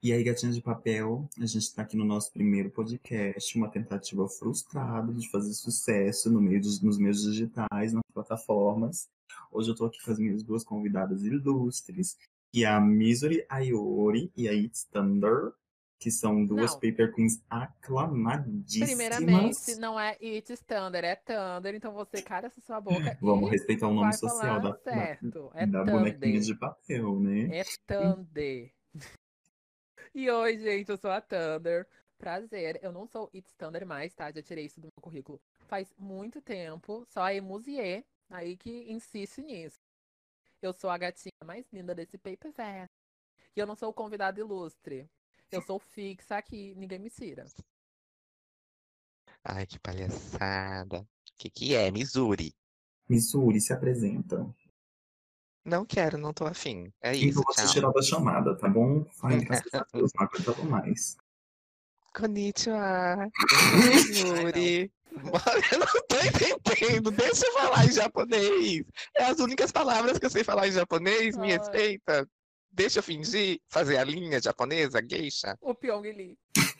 E aí, Gatinha de Papel, a gente está aqui no nosso primeiro podcast, uma tentativa frustrada de fazer sucesso nos meios digitais, nas plataformas. Hoje eu estou aqui com as minhas duas convidadas ilustres, que é a Misery Ayori e a It's Thunder, que são duas Não, paper queens primeiramente, aclamadíssimas. não é It's Thunder, é Thunder. Então você cala essa sua boca Vamos e respeitar o nome vai social falar certo. É da bonequinha Thunder. de papel, né? É Thunder. E oi, gente, eu sou a Thunder. Prazer, eu não sou It's Thunder mais, tá? Já tirei isso do meu currículo faz muito tempo. Só a Emusier aí que insiste nisso. Eu sou a gatinha mais linda desse paperverse. E eu não sou o convidado ilustre. Eu sou fixa aqui, ninguém me tira. Ai, que palhaçada. Que é? Missouri. Missouri se apresenta. Não quero, não tô afim. É Então isso, vou te tchau. tirar da chamada, tá bom? Ai, graças a Deus, não aguentava mais. Konnichiwa. Eu sou a Ai, não. Missouri. Eu não tô entendendo. Deixa eu falar em japonês. É as únicas palavras que eu sei falar em japonês. Me Ai, respeita. Deixa eu fingir fazer a linha japonesa, geisha. o Pyong Lee.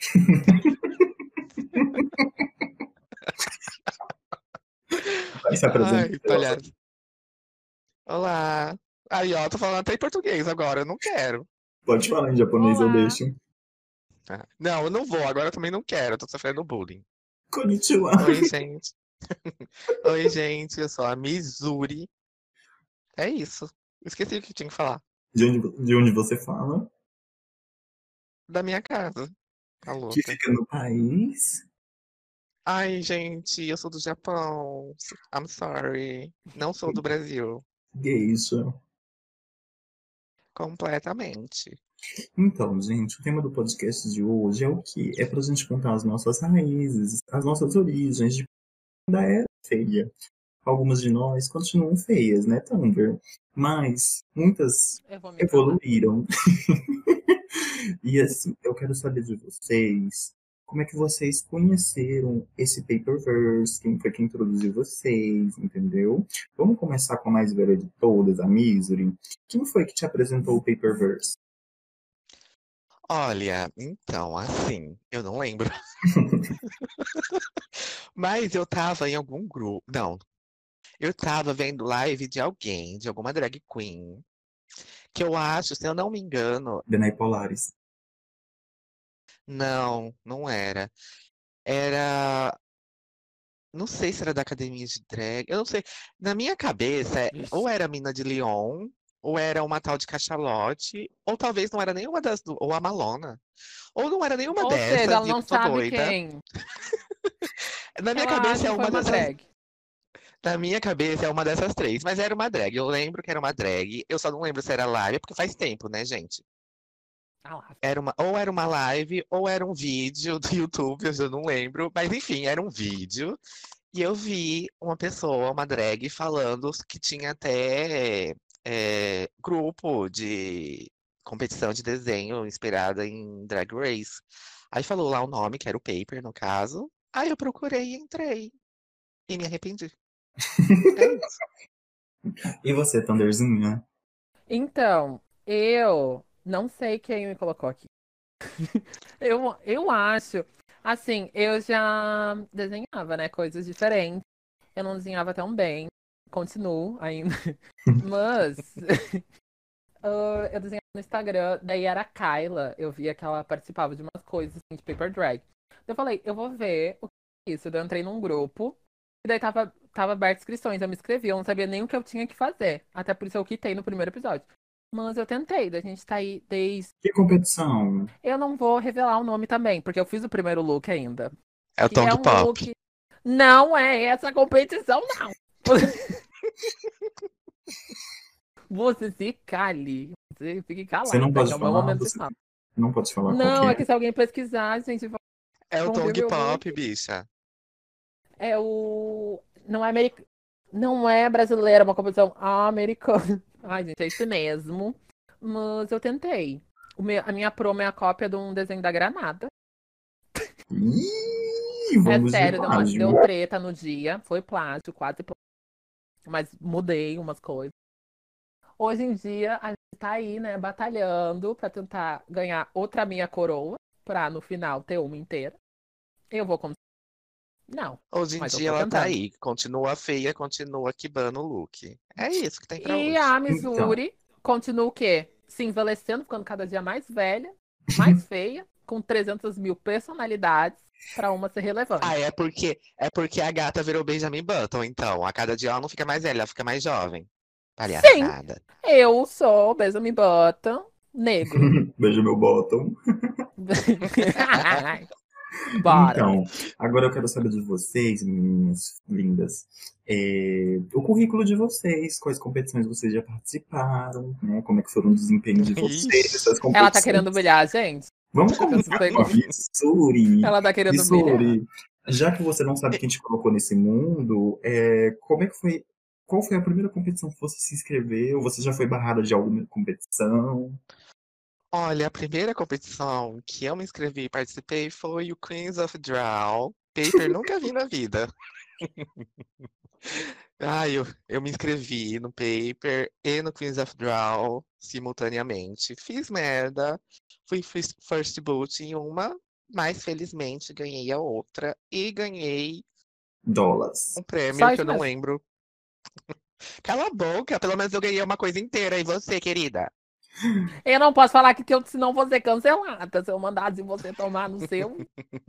Vai se apresentar. Ai, palhaço. Olá. Aí, ó, tô falando até em português agora. Eu não quero. Pode falar em japonês, eu Olá. deixo. Não, eu não vou. Agora eu também não quero. Eu tô sofrendo bullying. Konnichiwa. Oi, gente. Oi, gente. Eu sou a Missouri. É isso. Esqueci o que tinha que falar. De onde você fala? Da minha casa. Tá Que louca. fica no país. Ai, gente, eu sou do Japão. I'm sorry. Não sou do Brasil. Geisha. Completamente. Então, gente, o tema do podcast de hoje é o quê? É pra gente contar as nossas raízes, as nossas origens, de quando era feia. Algumas de nós continuam feias, né, Thunder? Mas muitas Eu vou me calar. evoluíram. E assim, eu quero saber de vocês, como é que vocês conheceram esse Paperverse, quem foi que introduziu vocês, entendeu? Vamos começar com a mais velha de todas, a Misery. Quem foi que te apresentou o Paperverse? Olha, então, assim, eu não lembro. Mas eu tava em algum grupo. Não, eu tava vendo live de alguém, de alguma drag queen, que eu acho, se eu não me engano, Denai Polaris. não, não era. Era. Não sei se era da academia de drag. Eu não sei. Na minha cabeça, Ixi. ou era a Mina de Lyon, ou era uma tal de Cachalote, ou talvez não era nenhuma das duas, ou a Malona. Ou não era nenhuma Ou seja, dessas, ela e eu não tô sabe doida. quem. Na minha Ela cabeça acha é que foi uma uma dessas. drag. Na minha cabeça é uma dessas três, mas era uma drag. Eu lembro que era uma drag. Eu só não lembro se era live, porque faz tempo, né, gente? Ah lá. Ou era uma live, ou era um vídeo do YouTube, eu já não lembro. Mas enfim, era um vídeo. E eu vi uma pessoa, uma drag, falando que tinha até grupo de competição de desenho inspirada em Drag Race. Aí falou lá o nome, que era o Paper, no caso. Aí eu procurei e entrei. E me arrependi. É isso. E você, Thunderzinha? Então, eu não sei quem me colocou aqui. Eu acho. Assim, eu já desenhava, né? Coisas diferentes. Eu não desenhava tão bem. Continuo ainda. Mas eu desenhava no Instagram, daí era a Kyla. Eu via que ela participava de umas coisas assim, de paper drag. Eu falei, eu vou ver o que é isso. Daí eu entrei num grupo. E daí tava aberto inscrições. Eu me inscrevi, eu não sabia nem o que eu tinha que fazer. Até por isso eu quitei no primeiro episódio. Mas eu tentei, daí a gente tá aí desde. Que competição? Eu não vou revelar o nome também, porque eu fiz o primeiro look ainda. É o Que é Tong um Pop. look. Não é essa competição, não! Você se cale. Você fique Você não calada, que pode é o meu falar? momento de Você fala. não pode falar qual que Não, é? é que se alguém pesquisar, gente, É o vão ver Tong meu Pop, look. bicha. É o. Não é americano. Não é brasileira, é uma competição americana. Ai, gente, é isso mesmo. Mas eu tentei. A minha promo é a cópia de um desenho da Granada. Ih, É vamos de sério, deu plágio. treta no dia. Foi plágio, quase plágio. Mas mudei umas coisas. Hoje em dia, a gente tá aí, né, batalhando pra tentar ganhar outra minha coroa, pra no final ter uma inteira. Eu vou conseguir. Não, Hoje em mas eu dia tô ela tá tentando. aí, continua feia, continua quibando o look. É isso que tem pra E hoje. a Então, Missouri continua o quê? Se envelhecendo, ficando cada dia mais velha, mais feia, com 300 mil personalidades pra uma ser Ah, relevante. é porque a gata virou Benjamin Button, então. A cada dia ela não fica mais velha, ela fica mais jovem. Sim, Palhaçada. eu sou Benjamin Button, negro. beijo meu bottom. Bora. Então, agora eu quero saber de vocês, meninas lindas, o currículo de vocês, quais competições vocês já participaram, né? Como é que foram o desempenho de vocês Ixi. nessas Ela tá querendo competições. humilhar a gente? Vamos Eu começar suspeito. com a Vissuri. Ela tá querendo humilhar? Vissuri, já que você não sabe quem te colocou nesse mundo, como é que foi? Qual foi a primeira competição que você se inscreveu? Você já foi barrada de alguma competição? Olha, a primeira competição que eu me inscrevi e participei foi o Queens of Draw. Paper nunca vi na vida. Ah, eu me inscrevi no Paper e no Queens of Draw simultaneamente. Fiz merda, fui first boot em uma, mas felizmente ganhei a outra e ganhei Dólares. um prêmio Só que eu isso não mesmo. lembro. Cala a boca, pelo menos eu ganhei uma coisa inteira. E você, querida? Eu não posso falar que eu, senão vou ser cancelada. Se eu mandasse você tomar no seu.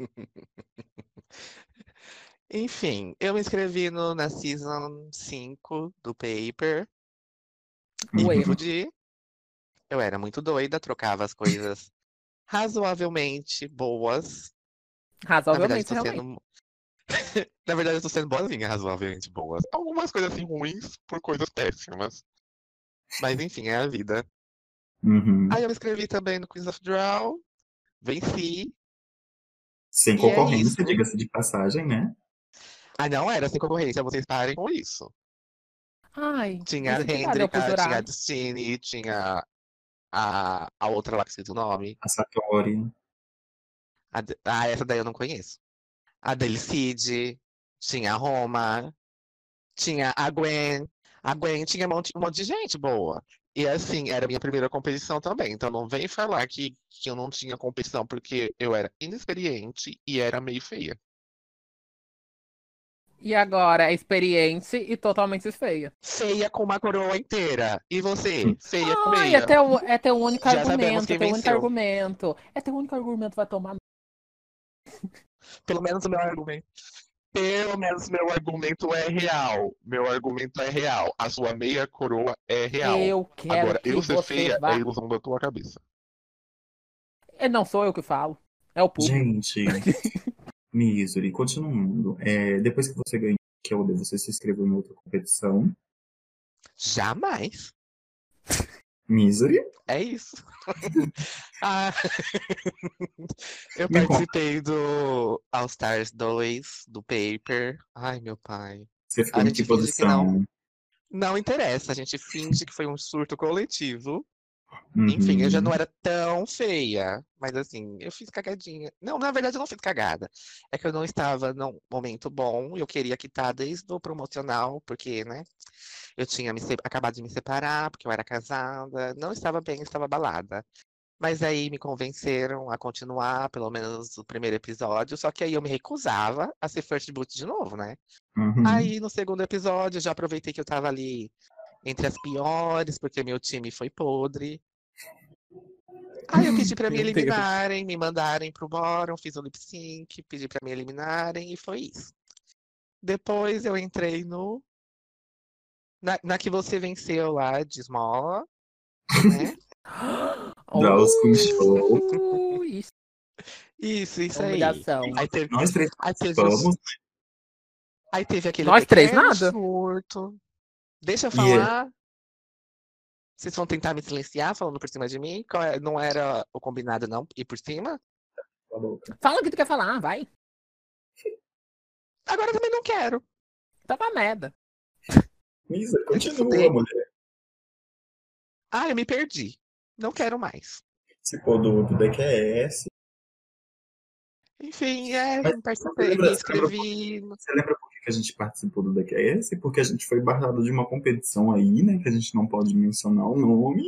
Enfim, eu me inscrevi na Season 5 do Paper. E O me Uhum. erro. fudi. Eu era muito doida, trocava as coisas razoavelmente boas. Na verdade, Razoavelmente, estou realmente. sendo. Na verdade, eu tô sendo boazinha, razoavelmente boas. Algumas coisas assim ruins por coisas péssimas. Mas enfim, é a vida. Uhum. Aí eu me inscrevi também no Quiz of Draw, venci, Sem e é concorrência, isso. diga-se de passagem, né? Ah, não era sem concorrência, vocês parem com isso. Ai, Tinha a isso que dá, deu pro Hendrika, tinha a jurado. Destiny, tinha a outra lá que esqueci o nome. A Satori. Essa daí eu não conheço. A Delicide, tinha a Roma, tinha a Gwen. A Gwen tinha um monte de gente boa. E assim, era a minha primeira competição também. Então não vem falar que eu não tinha competição porque eu era inexperiente e era meio feia. E agora, é experiente e totalmente feia. Feia com uma coroa inteira. E você, feia com Ai, meia. é teu único Já sabemos argumento, é quem teu único venceu. argumento. É teu único argumento, vai tomar. Pelo menos o meu argumento. Pelo menos meu argumento é real. Meu argumento é real. A sua meia coroa é real. Eu quero Agora, que eu ser você feia é vá. ilusão da tua cabeça. Não sou eu que falo, é o público. Gente, Misery, continuando. Depois que você ganhou o Kelder, você se inscreveu em outra competição. Jamais. Misery? É isso. Ah, eu Me conta, participei do All Stars 2, do Paper. Ai, meu pai. você ficou A em gente que finge que não. posição? Não interessa. A gente finge que foi um surto coletivo. Enfim, eu já Uhum. não era tão feia, mas assim, eu fiz cagadinha. Não, na verdade eu não fiz cagada. É que eu não estava num momento bom e eu queria quitar desde o promocional, porque, né, eu tinha acabado de me separar, porque eu era casada, não estava bem, estava abalada. Mas aí me convenceram a continuar, pelo menos o primeiro episódio, só que aí eu me recusava a ser First Boot de novo, né? Uhum. Aí no segundo episódio eu já aproveitei que eu tava ali entre as piores, porque meu time foi podre. Aí eu pedi pra me Meu Deus. eliminarem, me mandarem pro bórum, fiz o lip sync, pedi pra me eliminarem e foi isso. Depois eu entrei na que você venceu lá de esmola, né? Draws Queen Show. Isso Isso é aí. humilhação. Aí teve, Nós três aí teve, participamos. aí teve aquele Nós três, pequeno nada. surto. Deixa eu E falar. Vocês vão tentar me silenciar falando por cima de mim? Não era o combinado, não, ir por cima? Fala o que tu quer falar, vai. Agora eu também não quero. Tá uma merda. Misery, Vai se continua, fuder. mulher. Ah, eu me perdi. Não quero mais. Participou do DQS. Enfim, Mas participei, me você lembra inscrevi. você lembra por que que a gente participou do DQS, porque a gente foi barrado de uma competição aí, né? Que a gente não pode mencionar o nome.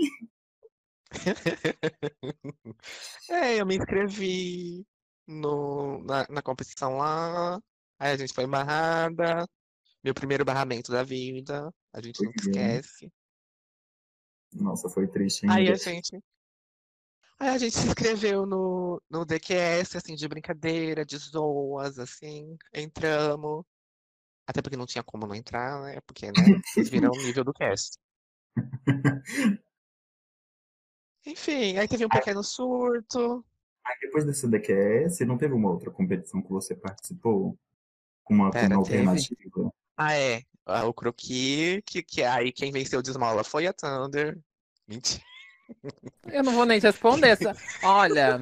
Eu me inscrevi na competição lá. Aí a gente foi barrada. Meu primeiro barramento da vida. A gente Foi, nunca esquece. nossa, foi triste, hein, Aí amiga? a gente se inscreveu no DQS, assim, de brincadeira, de zoas, assim. Entramos. Até porque não tinha como não entrar, né? Porque, né? Vocês viram o nível do cast. Enfim, aí teve um pequeno surto. Aí depois desse DQS, não teve uma outra competição que você participou? Com uma Pera, teve. alternativa? O croqui, que aí quem venceu de esmola foi a Thunder. Mentira. Eu não vou nem te responder essa. Olha,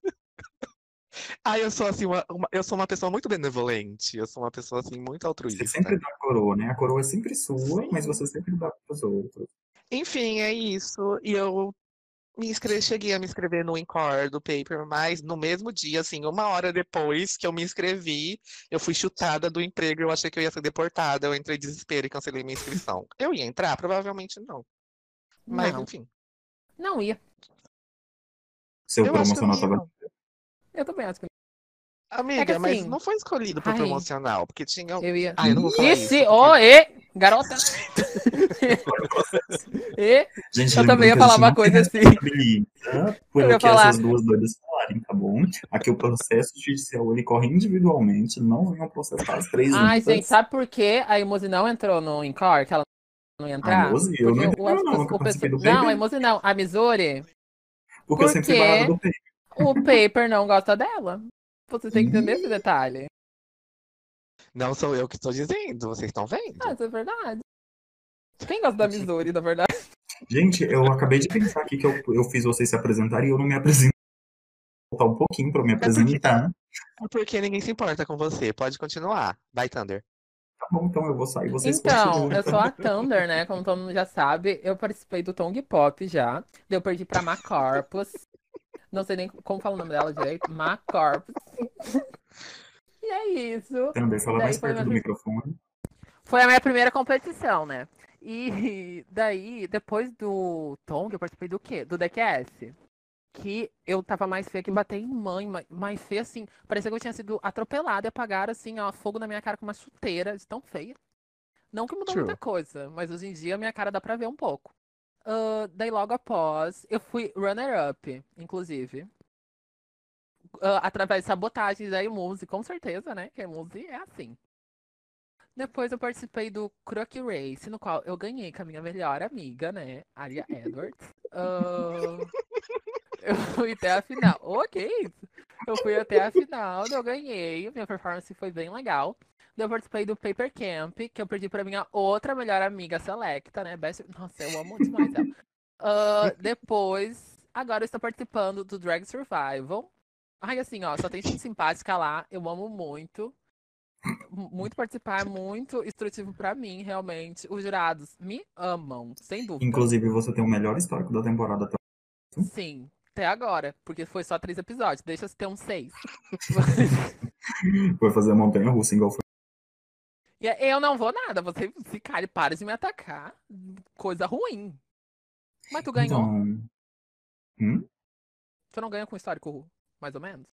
Eu sou assim, eu sou uma pessoa muito benevolente. Eu sou uma pessoa assim, muito Você sempre altruísta. dá a coroa, né? A coroa é sempre sua, mas Sim. você sempre dá para os outros. Enfim, é isso. E eu cheguei a me inscrever no Encore do Paper, mas no mesmo dia, assim, uma hora depois que eu me inscrevi, eu fui chutada do emprego, eu achei que eu ia ser deportada, eu entrei em desespero e cancelei minha inscrição. Eu ia entrar? Provavelmente não. Mas não. enfim, Não ia. Seu eu acho que eu não promocional ia, tava. não. Eu também acho que não. É que Amiga, mas assim. não foi escolhido pro Ai, promocional, porque tinha. eu ia. Eu não vou falar isso, Ixi, porque. ê, garota! Olha o processo. E Gente, eu também lembrando ia que a falar gente uma não se coisa assim. responsabiliza Eu pelo ia que essas falar. duas doidas falarem, tá bom? Aqui o processo judicial ele corre individualmente, não venham processar as três Ai, gente, juntas. sabe por que a Imose não entrou no Encore? Que ela não ia Ai, entrar? moça, eu não Porque entendo, não, nunca o participei pessoal. do Não, a paper, Imose não, a Missouri. porque eu sempre fui barrada Porque do paper. o Paper não gosta dela. Você tem que entender esse Ih, detalhe. Não sou eu que estou dizendo, vocês estão Ah, vendo? isso é verdade. Quem gosta da Missouri, na verdade? gente, eu acabei de pensar aqui que eu fiz vocês se apresentarem e eu não me apresento. Vou voltar um pouquinho para me É porque, apresentar. é porque ninguém se importa com você. Pode continuar. Vai, Thunder. Tá bom, então eu vou sair, vocês Então, continuam. eu sou a Thunder, né? Como todo mundo já sabe, eu participei do Tongue Pop já. Daí eu perdi pra Macorpus. Não sei nem como fala o nome dela direito. Macorpus. E é isso. Thunder, fala Daí mais perto do microfone. foi a minha primeira competição, né? E daí, depois do Tongue, eu participei do quê? Do DQS. Que eu tava mais feia que bater em mãe, mais feia assim. Parecia que eu tinha sido atropelada e apagaram assim, ó, fogo na minha cara com uma chuteira, de tão feia. Não que mudou muita True. coisa, mas hoje em dia minha cara dá pra ver um pouco. Daí logo após, eu fui runner-up, inclusive. Através de sabotagens da Emuse, com certeza, né? Que a Emuse é assim. Depois eu participei do Croc Race, no qual eu ganhei com a minha melhor amiga, né? Aria Edwards. Eu fui até a final. Ok, isso. Eu fui até a final, daí eu ganhei. Minha performance foi bem legal. Daí eu participei do Paper Camp, que eu perdi pra minha outra melhor amiga Selecta, né? Nossa, eu amo demais ela. Depois, agora eu estou participando do Drag Survival. Ai, assim, ó, só tem gente simpática lá. Eu amo muito. Muito participar, é muito instrutivo pra mim, realmente. Os jurados me amam, sem dúvida. Inclusive, você tem o melhor histórico da temporada até Sim, até agora, porque foi só 3 episódios. Deixa eu ter uns 6. Foi fazer a montanha russa, igual foi. E eu não vou nada. Você, se cara, para de me atacar. Coisa ruim. Mas tu ganhou? Então, hum? Tu não ganha com histórico, mais ou menos?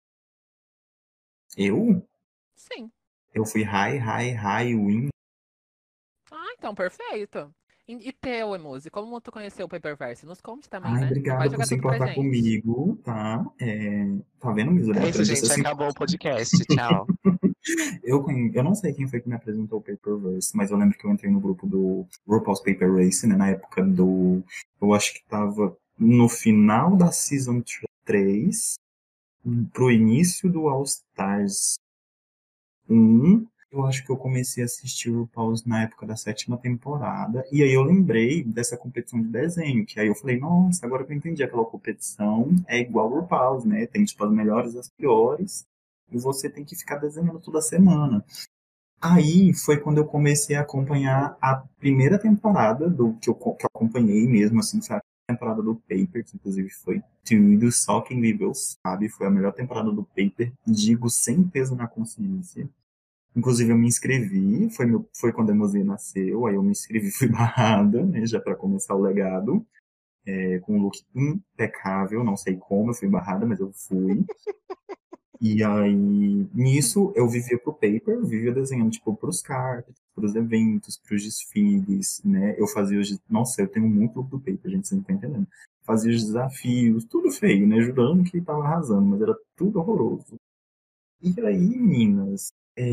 Eu? Sim. Eu fui high, win. Ah, então, perfeito. E teu, Emuse, como tu conheceu o Paperverse? Nos conte também, Ai, né? Não vai obrigada por jogar se tudo pra importar gente. comigo, tá? Tá vendo, Misa? Eu É isso, aprendi a ser gente. assim. Acabou o podcast. Tchau. Eu não sei quem foi que me apresentou o Paperverse, mas eu lembro que eu entrei no grupo do RuPaul's Paper Race, né? Na época do. Eu acho que tava no final da Season 3, pro início do All Stars 1. Eu acho que eu comecei a assistir o RuPaul's na época da 7ª temporada. E aí eu lembrei dessa competição de desenho. Que aí eu falei, nossa, agora que eu entendi, aquela competição é igual o RuPaul's, né? Tem tipo as melhores e as piores. E você tem que ficar desenhando toda semana. Aí foi quando eu comecei a acompanhar a primeira temporada que eu acompanhei mesmo, assim, foi a temporada do Paper, que inclusive foi tudo, só quem viveu sabe, foi a melhor temporada do Paper, digo sem peso na consciência. Inclusive, eu me inscrevi, foi quando a Mozia nasceu, aí eu me inscrevi, fui barrada, né, já para começar o legado, com um look impecável, não sei como, eu fui barrada, mas eu fui. E aí, nisso, eu vivia pro paper, vivia desenhando, tipo, pros cards, pros eventos, pros desfiles, né? Eu fazia Nossa, eu tenho muito look do paper, gente, você não tá entendendo. Fazia os desafios, tudo feio, né? Jurando que tava arrasando, mas era tudo horroroso. E aí, meninas,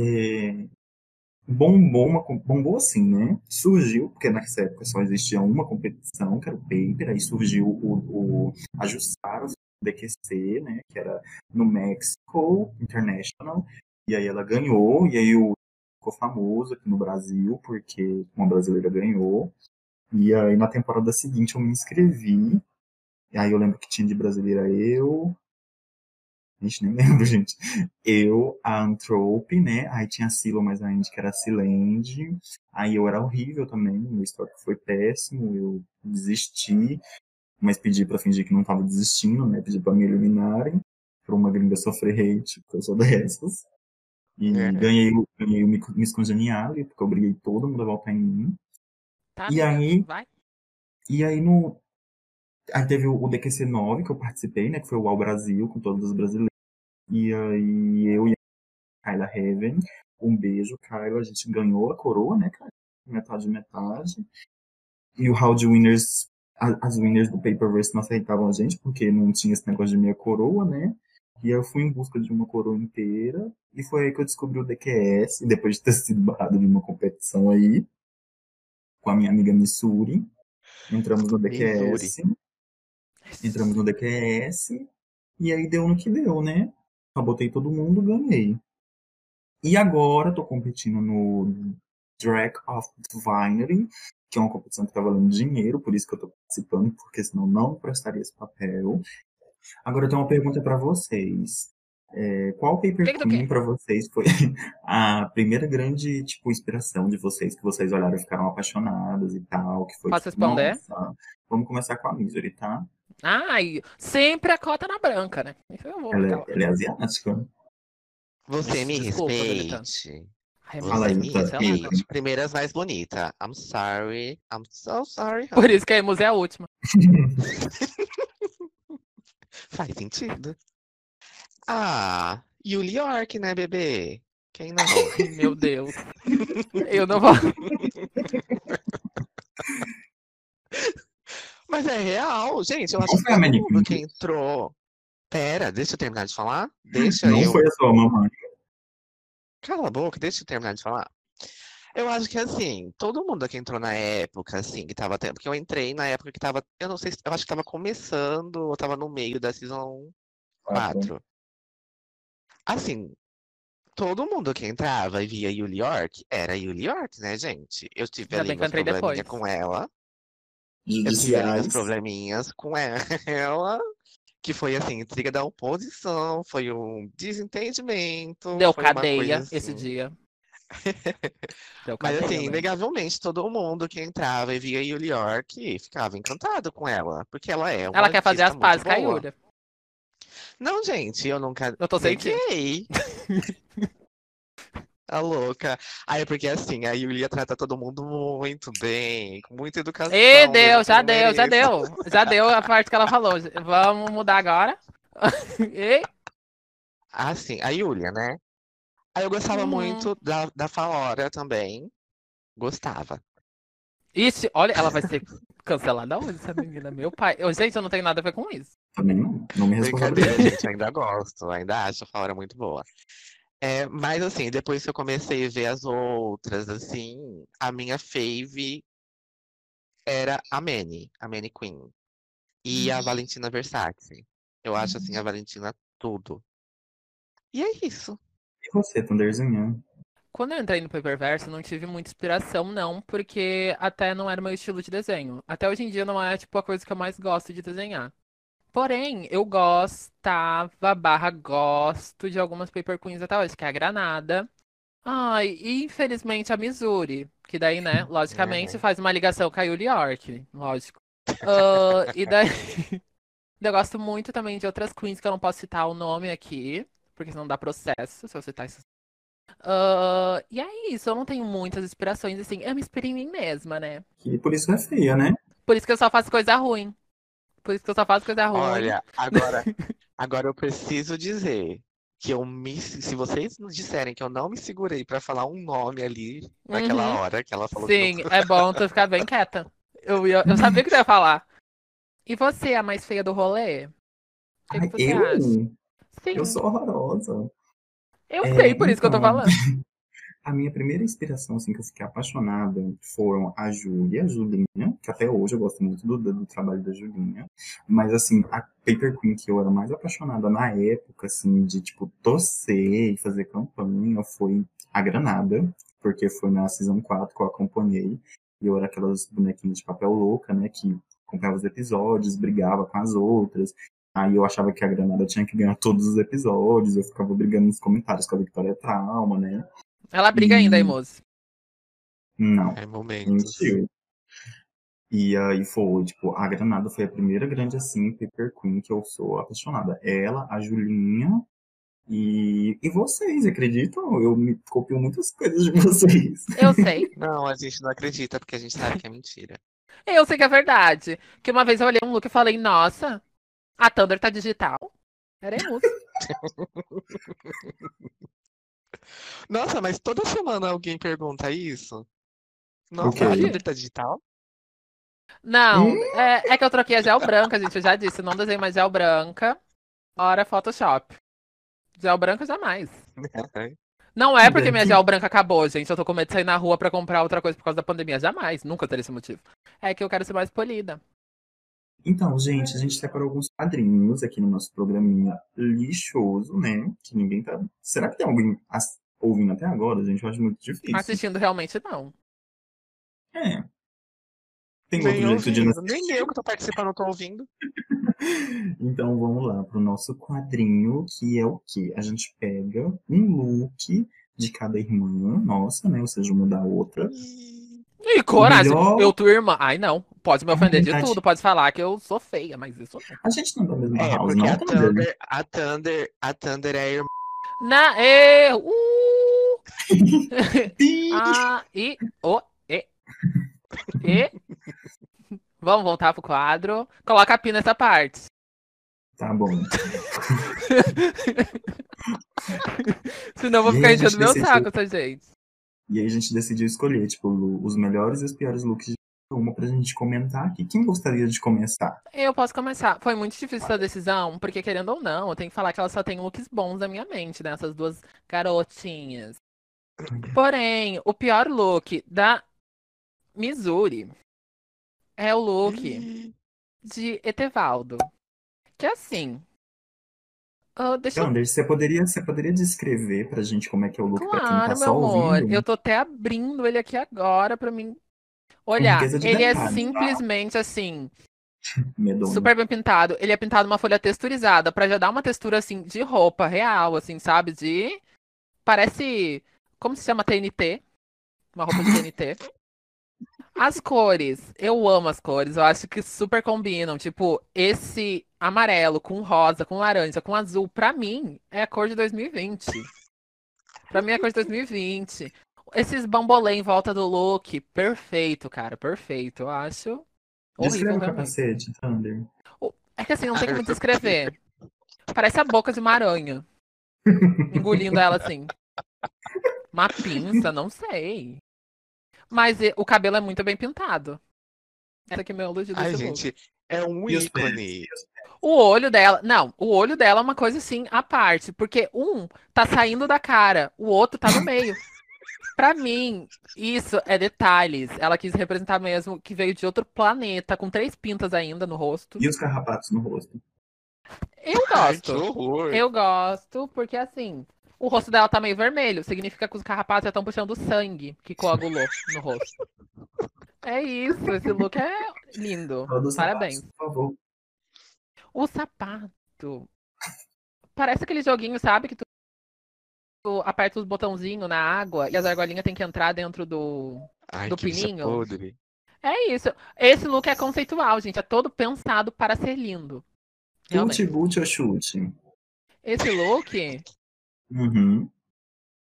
bombou assim, né? Surgiu, porque nessa época só existia uma competição, que era o paper, aí surgiu ajustaram o DQC, né? Que era no Mexico International, e aí ela ganhou, e aí ficou famoso aqui no Brasil, porque uma brasileira ganhou, e aí na temporada seguinte eu me inscrevi, e aí eu lembro que tinha de brasileira nem lembro, gente. Eu, a Anthrope, né? Aí tinha a Silo, mas a Indy que era a Silende. Aí eu era horrível também, meu histórico foi péssimo, eu desisti, mas pedi pra fingir que não tava desistindo, né? Pedi pra me eliminarem, pra uma gringa sofrer hate, porque eu sou dessas. E É. ganhei o Miss Congeniality, porque eu obriguei todo mundo a voltar em mim. Tá, E amiga, aí, vai. e aí aí teve o DQC 9 que eu participei, né? Que foi o All Brasil, com todos os brasileiros. E aí eu e Kyla Heaven. Um beijo, Kyla. A gente ganhou a coroa, né, cara? Metade, metade. E o Round Winners, as winners do Paperverse não aceitavam a gente, porque não tinha esse negócio de meia coroa, né? E aí eu fui em busca de uma coroa inteira. E foi aí que eu descobri o DQS, depois de ter sido barrado de uma competição aí, com a minha amiga Missuri. Entramos no Missouri. DQS. Entramos no DQS. E aí deu no que deu, né? Só botei todo mundo, ganhei. E agora estou competindo no Drag of Divinery, que é uma competição que está valendo dinheiro, por isso que eu estou participando, porque senão não prestaria esse papel. Agora eu tenho uma pergunta para vocês. Qual O que Paper que tu Queen quer? para vocês foi a primeira grande, tipo, inspiração de vocês, que vocês olharam e ficaram apaixonadas e tal, que foi Posso tipo, responder? nossa, vamos começar com a Misery, tá? Ai, sempre a cota na branca, né? Isso eu vou Ela ficar é, lá. ela é asiática. Você me Desculpa, militante. respeite. Ai, Fala Você aí, me militância, ela Thaís. respeite. Primeiras mais bonita. I'm sorry. I'm so sorry, Por honey. isso que a Emus é a última. Faz sentido. Ah, Yuli York, né, bebê? Quem não? Ai, meu Deus. Eu não vou. Mas é real, gente. Eu acho Não que foi a todo Manny mundo que Quinn, entrou. Pera, deixa eu terminar de falar. Deixa não eu. foi a sua mamãe. Cala a boca, deixa eu terminar de falar. Eu acho que assim, todo mundo que entrou na época, assim, que tava tendo. Porque eu entrei na época que tava. Eu não sei se. Eu acho que tava começando ou tava no meio da Season 4. 4. Assim, todo mundo que entrava e via Yuli York era Yuli York, né, gente? Eu tive Ainda ali bem que eu meus entrei probleminha depois. com ela. Eu tive ali meus Judiciais. probleminhas com ela. Que foi assim, intriga da oposição, foi um desentendimento, Deu foi uma coisa cadeia esse assim. dia. Deu Mas assim, cadeia, eu lembro. inegavelmente, todo mundo que entrava e via Yuli York ficava encantado com ela, porque ela é uma Ela quer fazer artista as muito pazes com a boa. Yulia. Não, gente, eu nunca Eu tô sentindo. neguei, a louca. Aí, porque assim, a Yulia trata todo mundo muito bem, com muita Ê, educação, mesmo deu, que já não deu, já mereça. deu. Já deu a parte que ela falou. Vamos mudar agora? Ei? Assim, a Yulia, né? Aí eu gostava Uhum. muito da Falora também. Gostava. Ixi, olha, ela vai ser cancelada hoje, essa menina. Meu pai. Gente, eu não tenho nada a ver com isso. Também não me Brincadeira, responsabilizo. gente, ainda gosto, ainda acho a Falora muito boa. Mas assim, depois que eu comecei a ver as outras, assim, a minha fave era a Manny Queen. E a Valentina Versace. Eu acho assim, a Valentina tudo. E é isso. E você, Thunderzinho? Quando eu entrei no Paperverse, eu não tive muita inspiração, não, porque até não era meu estilo de desenho. Até hoje em dia não é, tipo, a coisa que eu mais gosto de desenhar. Porém, eu gostava, barra, gosto de algumas Paper Queens até hoje, que é a Granada. Ai, e infelizmente a Missouri, que daí, né, logicamente É. faz uma ligação com a Yuli York, lógico. E daí, eu gosto muito também de outras queens que eu não posso citar o nome aqui, porque senão dá processo se eu citar isso. E é isso, eu não tenho muitas inspirações, assim. Eu me inspiro em mim mesma, né? E por isso é feia, né? Por isso que eu só faço coisa ruim. Por isso que eu só faço coisa ruim. Olha, agora eu preciso dizer que se vocês nos disserem que eu não me segurei pra falar um nome ali naquela Uhum. hora que ela falou que não. Sim, é bom tu ficar bem quieta. Eu sabia que tu ia falar. E você, a mais feia do rolê? O que Ai, você acha? eu Sim, sou horrorosa. eu sei, por isso que eu tô Então, falando. a minha primeira inspiração, assim, que eu fiquei apaixonada foram a Júlia, a Julinha, que até hoje eu gosto muito do trabalho da Julinha. Mas, assim, a Paper Queen que eu era mais apaixonada na época, assim, de, tipo, torcer e fazer campanha, foi a Granada, porque foi na Season 4 que eu acompanhei. E eu era aquelas bonequinhas de papel louca, né, que acompanhava os episódios, brigava com as outras. Aí eu achava que a Granada tinha que ganhar todos os episódios, eu ficava brigando nos comentários com a Victoria Trauma, né? Ela briga ainda aí, E moço. não, Ai, momentos. mentiu. E aí foi, tipo, a Granada foi a primeira grande, assim, Paper Queen que eu sou apaixonada. Ela, a Julinha e vocês, acreditam? Eu me copio muitas coisas de vocês. Eu sei. Não, a gente não acredita porque a gente sabe que é mentira. Eu sei que é verdade. Que uma vez eu olhei um look e falei, nossa, a Thunder tá digital. Eremos. Nossa, mas toda semana alguém pergunta isso? Ok. Nossa, a Thunder tá digital? Não, Hum, é que eu troquei a gel branca, gente. Eu já disse, não desenho mais gel branca. Ora, Photoshop. Gel branca jamais. Não é porque minha gel branca acabou, gente. Eu tô com medo de sair na rua pra comprar outra coisa por causa da pandemia. Jamais. Nunca teria esse motivo. É que eu quero ser mais polida. Então, gente, a gente separou alguns quadrinhos aqui no nosso programinha lixoso, né? Que ninguém tá. Será que tem alguém ouvindo até agora, gente? Eu acho muito difícil. Assistindo realmente não. É, tem outro Nem jeito de não ouvindo. Nem assistir. eu que tô participando tô ouvindo. Então vamos lá para o nosso quadrinho, que é o quê? A gente pega um look de cada irmã, nossa, né? Ou seja, uma da outra. Ih, O coragem. Eu, melhor. tua irmã. Ai, não. Pode me Ai, ofender de verdade. tudo. Pode falar que eu sou feia, mas isso não. A gente não é da mesma É, house, porque não, Thunder? A Thunder é a irmã. Na, e, Pi! e, o, e. Vamos voltar pro quadro. Coloca a pi nessa parte. Tá bom. Senão eu vou E aí ficar a enchendo gente meu decidiu, saco, essa gente. e aí a gente decidiu escolher, tipo, os melhores e os piores looks de cada uma pra gente comentar aqui. Quem gostaria de começar? Eu posso começar. Foi muito difícil essa decisão, porque querendo ou não, eu tenho que falar que ela só tem looks bons na minha mente, né? Essas duas garotinhas. Porém, o pior look da Missouri é o look de Etevaldo. Que é assim. Deixa eu. Thunder, você poderia descrever pra gente como é que é o look pra quem tá Claro, meu só amor. Eu ouvindo? tô até abrindo ele aqui agora pra mim Com olhar. riqueza de Ele é detalhes, tá? simplesmente assim. Medonho. Super bem pintado. Ele é pintado uma folha texturizada pra já dar uma textura assim de roupa real, assim, sabe? De parece como se chama TNT, uma roupa de TNT. As cores, eu amo as cores. Eu acho que super combinam. Tipo, esse amarelo com rosa, com laranja, com azul, pra mim é a cor de 2020. Pra mim é a cor de 2020. Esses bambolê em volta do look, perfeito, cara, perfeito. Eu acho horrível Descreva o realmente. capacete, Thunder. É que assim, não tem Ai, como meu descrever. Parece a boca de uma aranha. Engolindo ela assim. Uma pinça, não sei. Mas o cabelo é muito bem pintado. Essa aqui é meu elogio Ai, desse look. gente, é um E os pés? ícone. O olho dela. Não, o olho dela é uma coisa assim, à parte. Porque um tá saindo da cara, o outro tá no meio. Pra mim, isso é detalhes. Ela quis representar mesmo que veio de outro planeta, com três pintas ainda no rosto. E os carrapatos no rosto? Eu Ai, que gosto. horror. Eu gosto, porque assim, o rosto dela tá meio vermelho. Significa que os carrapatos já estão puxando sangue que coagulou no rosto. É isso, esse look é lindo. Fala dos sapatos, Parabéns. por favor. O sapato. Parece aquele joguinho, sabe? Que tu aperta os botãozinhos na água e as argolinhas tem que entrar dentro Ai, do que bicha pininho. podre. É isso. Esse look é conceitual, gente. É todo pensado para ser lindo. Tuti, Realmente. boot ou chute? Esse look, Uhum.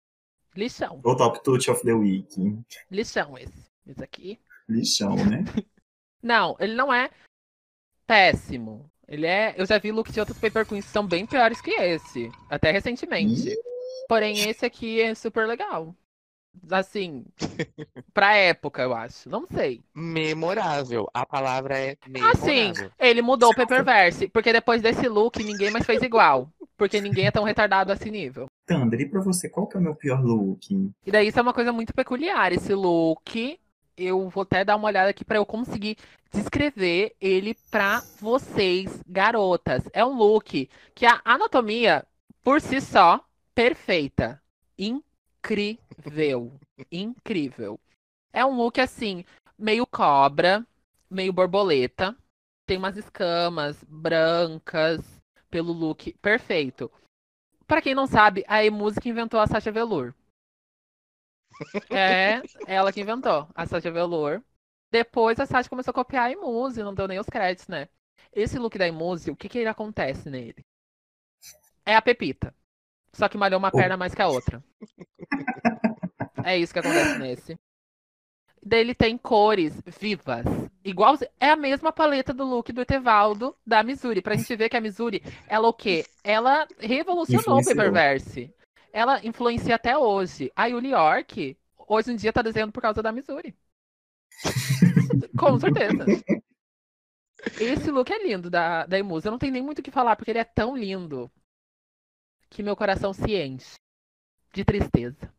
Lixão. O Top Tut of the Week. Lixão esse. Esse aqui. Lixão, né? Não, ele não é péssimo. Ele é. Eu já vi look de outros Paper Queens que são bem piores que esse. Até recentemente. Ih, Porém, esse aqui é super legal. Assim, pra época, eu acho. Não sei. Memorável. A palavra é Assim, memorável. ele mudou o Paperverse. Porque depois desse look, ninguém mais fez igual. Porque ninguém é tão retardado a esse nível. Thunder, e pra você, qual que é o meu pior look? E daí isso é uma coisa muito peculiar. Esse look, eu vou até dar uma olhada aqui pra eu conseguir descrever ele pra vocês, garotas. É um look que a anatomia, por si só, perfeita. Incrível. Incrível. É um look assim, meio cobra, meio borboleta. Tem umas escamas brancas pelo look perfeito. Pra quem não sabe, a E-Music inventou a Sasha Velour. É ela que inventou a Sasha Velour. Depois a Sasha começou a copiar a Imuse, não deu nem os créditos, né? Esse look da Imuse, o que que ele acontece nele? É a Pepita. Só que malhou uma Oh, perna mais que a outra. É isso que acontece nesse. Daí ele tem cores vivas. Igual é a mesma paleta do look do Etevaldo da Missouri. Pra gente ver que a Missouri, ela o quê? Ela revolucionou o influenciou. Paperverse. Ela influencia até hoje. A Yuli York, hoje em dia, tá desenhando por causa da Missouri. Com certeza. Esse look é lindo da Emusa. Eu não tenho nem muito o que falar, porque ele é tão lindo que meu coração se enche de tristeza.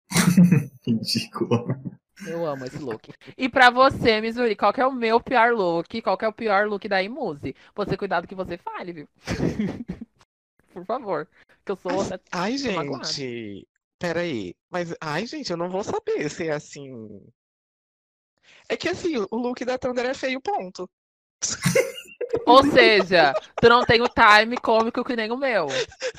Ridículo. Eu amo esse look. E pra você, Missouri, qual que é o meu pior look? Qual que é o pior look da Imuse? Você cuidado que você fale, viu? Por favor. Que eu sou até Ai, tô magoada. gente. Peraí. Mas, ai, gente, eu não vou saber se é assim. É que assim, o look da Thunder é feio, ponto. Ou seja, tu não tem o time cômico que nem o meu.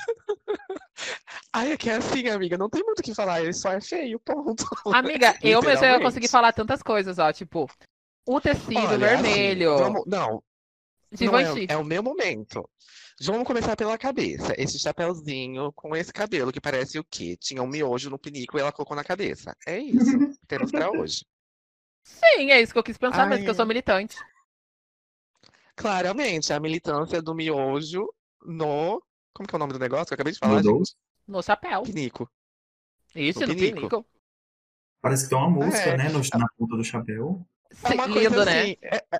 Ai, é que é assim, amiga, não tem muito o que falar, ele só é feio, ponto. Amiga, eu mesmo já consegui Literalmente. falar tantas coisas, ó. Tipo, o tecido Olha, assim, vermelho vamos. Não, não é, Givenchy. é o meu momento. Vamos começar pela cabeça. Esse chapéuzinho com esse cabelo que parece o quê? Tinha um miojo no pinico e ela colocou na cabeça. É isso. Temos pra hoje. Sim, é isso que eu quis pensar mesmo, que eu sou Ai, militante. claramente, a militância do miojo no. Como que é o nome do negócio que eu acabei de falar, Mudou? gente? No chapéu. Pinico. No Ixi, no pinico. pinico. Parece que tem uma música, É, né, na ponta do chapéu. é uma coisa Lindo, né? assim.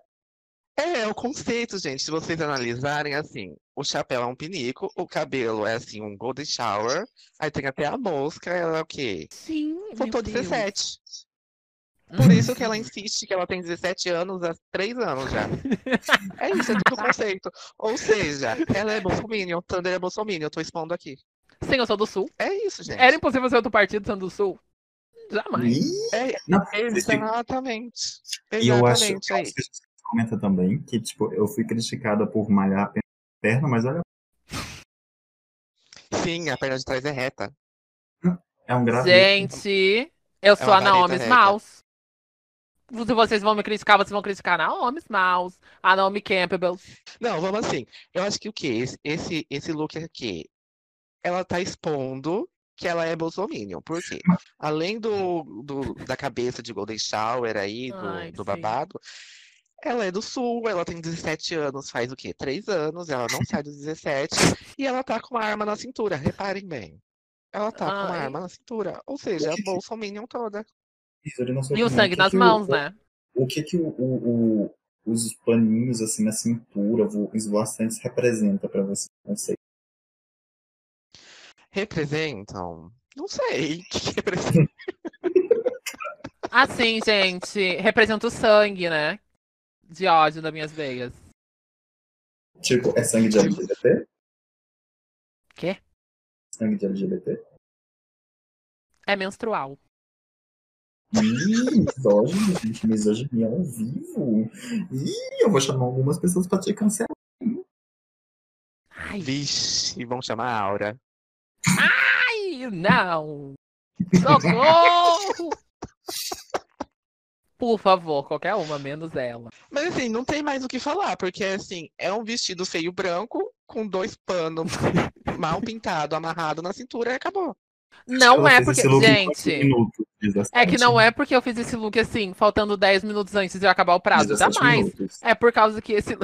É o conceito, gente. Se vocês analisarem, assim, o chapéu é um pinico, o cabelo é, assim, um golden shower, aí tem até a mosca, ela é o quê? Sim, meu Faltou Deus. 17. Por isso que ela Uhum. insiste que ela tem 17 anos há 3 anos já. É isso, é tudo conceito. Ou seja, ela é bolsominion, Thunder é bolsominion, eu tô expondo aqui. Sim, eu sou do Sul. É isso, Era gente. impossível ser outro partido sendo do Sul? Jamais. Ih, É não, exatamente. e eu acho Exatamente, é que isso. você comenta também que, tipo, eu fui criticada por malhar a perna, mas olha, Sim, a perna de trás é reta. é um graveto. Gente, eu É sou uma a vareta Naomi reta. Smalls. Se vocês vão me criticar, vocês vão criticar a Naomi Smalls, a Naomi Campbell. Não, vamos assim. Eu acho que o quê? Esse look aqui, ela tá expondo que ela é bolsominion. Por quê? Além da cabeça de Golden Shower aí, Ai, do sim. babado, ela é do Sul, ela tem 17 anos, faz o quê? 3 anos, ela não sai dos 17, e ela tá com uma arma na cintura, reparem bem. Ela tá com uma Ai. arma na cintura, ou O seja, a que que, bolsominion toda. isso, na sua E o opinião, sangue nas mãos, né? o que que os paninhos, assim, na cintura, esvoaçantes, representa pra você? Não sei. Representam? Não sei o que representa. Assim, gente, representa o sangue, né? De ódio das minhas veias. Tipo, é sangue de LGBT? Quê? Sangue de LGBT? É menstrual. Ih, misógino, gente, misoginia ao vivo. Ih, eu vou chamar algumas pessoas pra te cancelar. Ai, Vixe, vão chamar a Aura. ai, não! Socorro! Por favor, qualquer uma, menos ela. Mas assim, não tem mais o que falar, porque assim, é um vestido feio branco com 2 panos mal pintado, amarrado na cintura e acabou. Acho que Não ela é fez porque. esse look em 4 Gente, minutos. é que não 17. é porque eu fiz esse look assim, faltando 10 minutos antes de eu acabar o prazo. 17 Jamais. minutos. É por causa que esse.